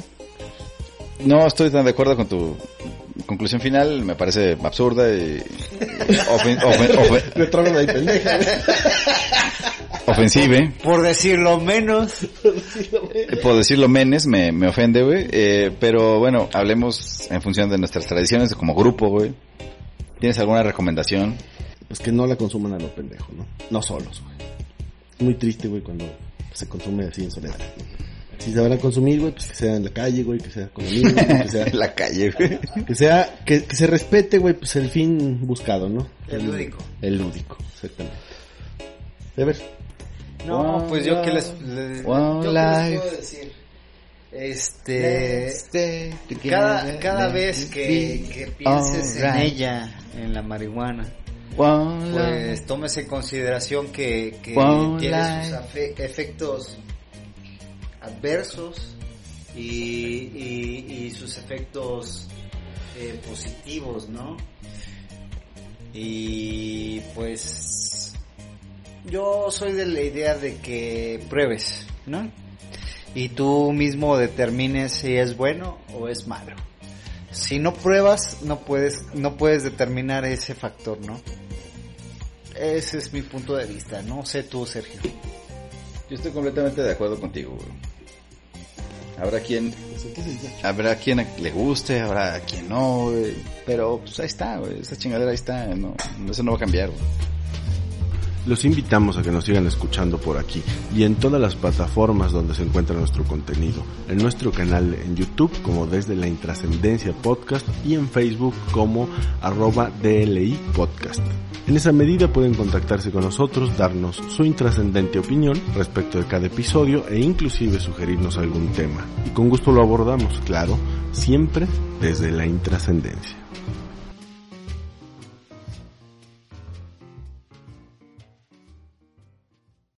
no estoy tan de acuerdo con tu conclusión final. Me parece absurda y ofen, ofen, ofen, Me tragan ahí pendeja, güey. ofensive. Por decirlo menos. Por decirlo menos, me, me ofende, güey. Eh, pero bueno, hablemos en función de nuestras tradiciones como grupo, güey. ¿Tienes alguna recomendación? Pues que no la consuman a lo pendejo, ¿no? No solos, güey. Muy triste, güey, cuando se consume así en soledad. Si se van a consumir, güey, pues que sea en la calle, güey, que sea con amigos, que sea... En la calle, güey. Que sea, que, que se respete, güey, pues el fin buscado, ¿no? El lúdico. El lúdico, exactamente. A ver. No, One pues yo que les, life, les, one yo qué les life. puedo decir. Este, cada, cada vez que, que pienses en ella, en la marihuana, pues tomes en consideración que, que tiene sus afe- efectos adversos y, y, y sus efectos eh, positivos, ¿no? Y pues yo soy de la idea de que pruebes, ¿no? Y tú mismo determines si es bueno o es malo. Si no pruebas, no puedes, no puedes determinar ese factor, ¿no? Ese es mi punto de vista, no sé tú, Sergio. Yo estoy completamente de acuerdo contigo, güey. Habrá quien, habrá quien le guste, habrá quien no, güey. Pero pues ahí está, güey. Esa chingadera ahí está, no, eso no va a cambiar, güey. Los invitamos a que nos sigan escuchando por aquí y en todas las plataformas donde se encuentra nuestro contenido, en nuestro canal en YouTube como Desde la Intrascendencia Podcast y en Facebook como arroba D L I Podcast. En esa medida pueden contactarse con nosotros, darnos su intrascendente opinión respecto de cada episodio e inclusive sugerirnos algún tema. Y con gusto lo abordamos, claro, siempre desde la intrascendencia.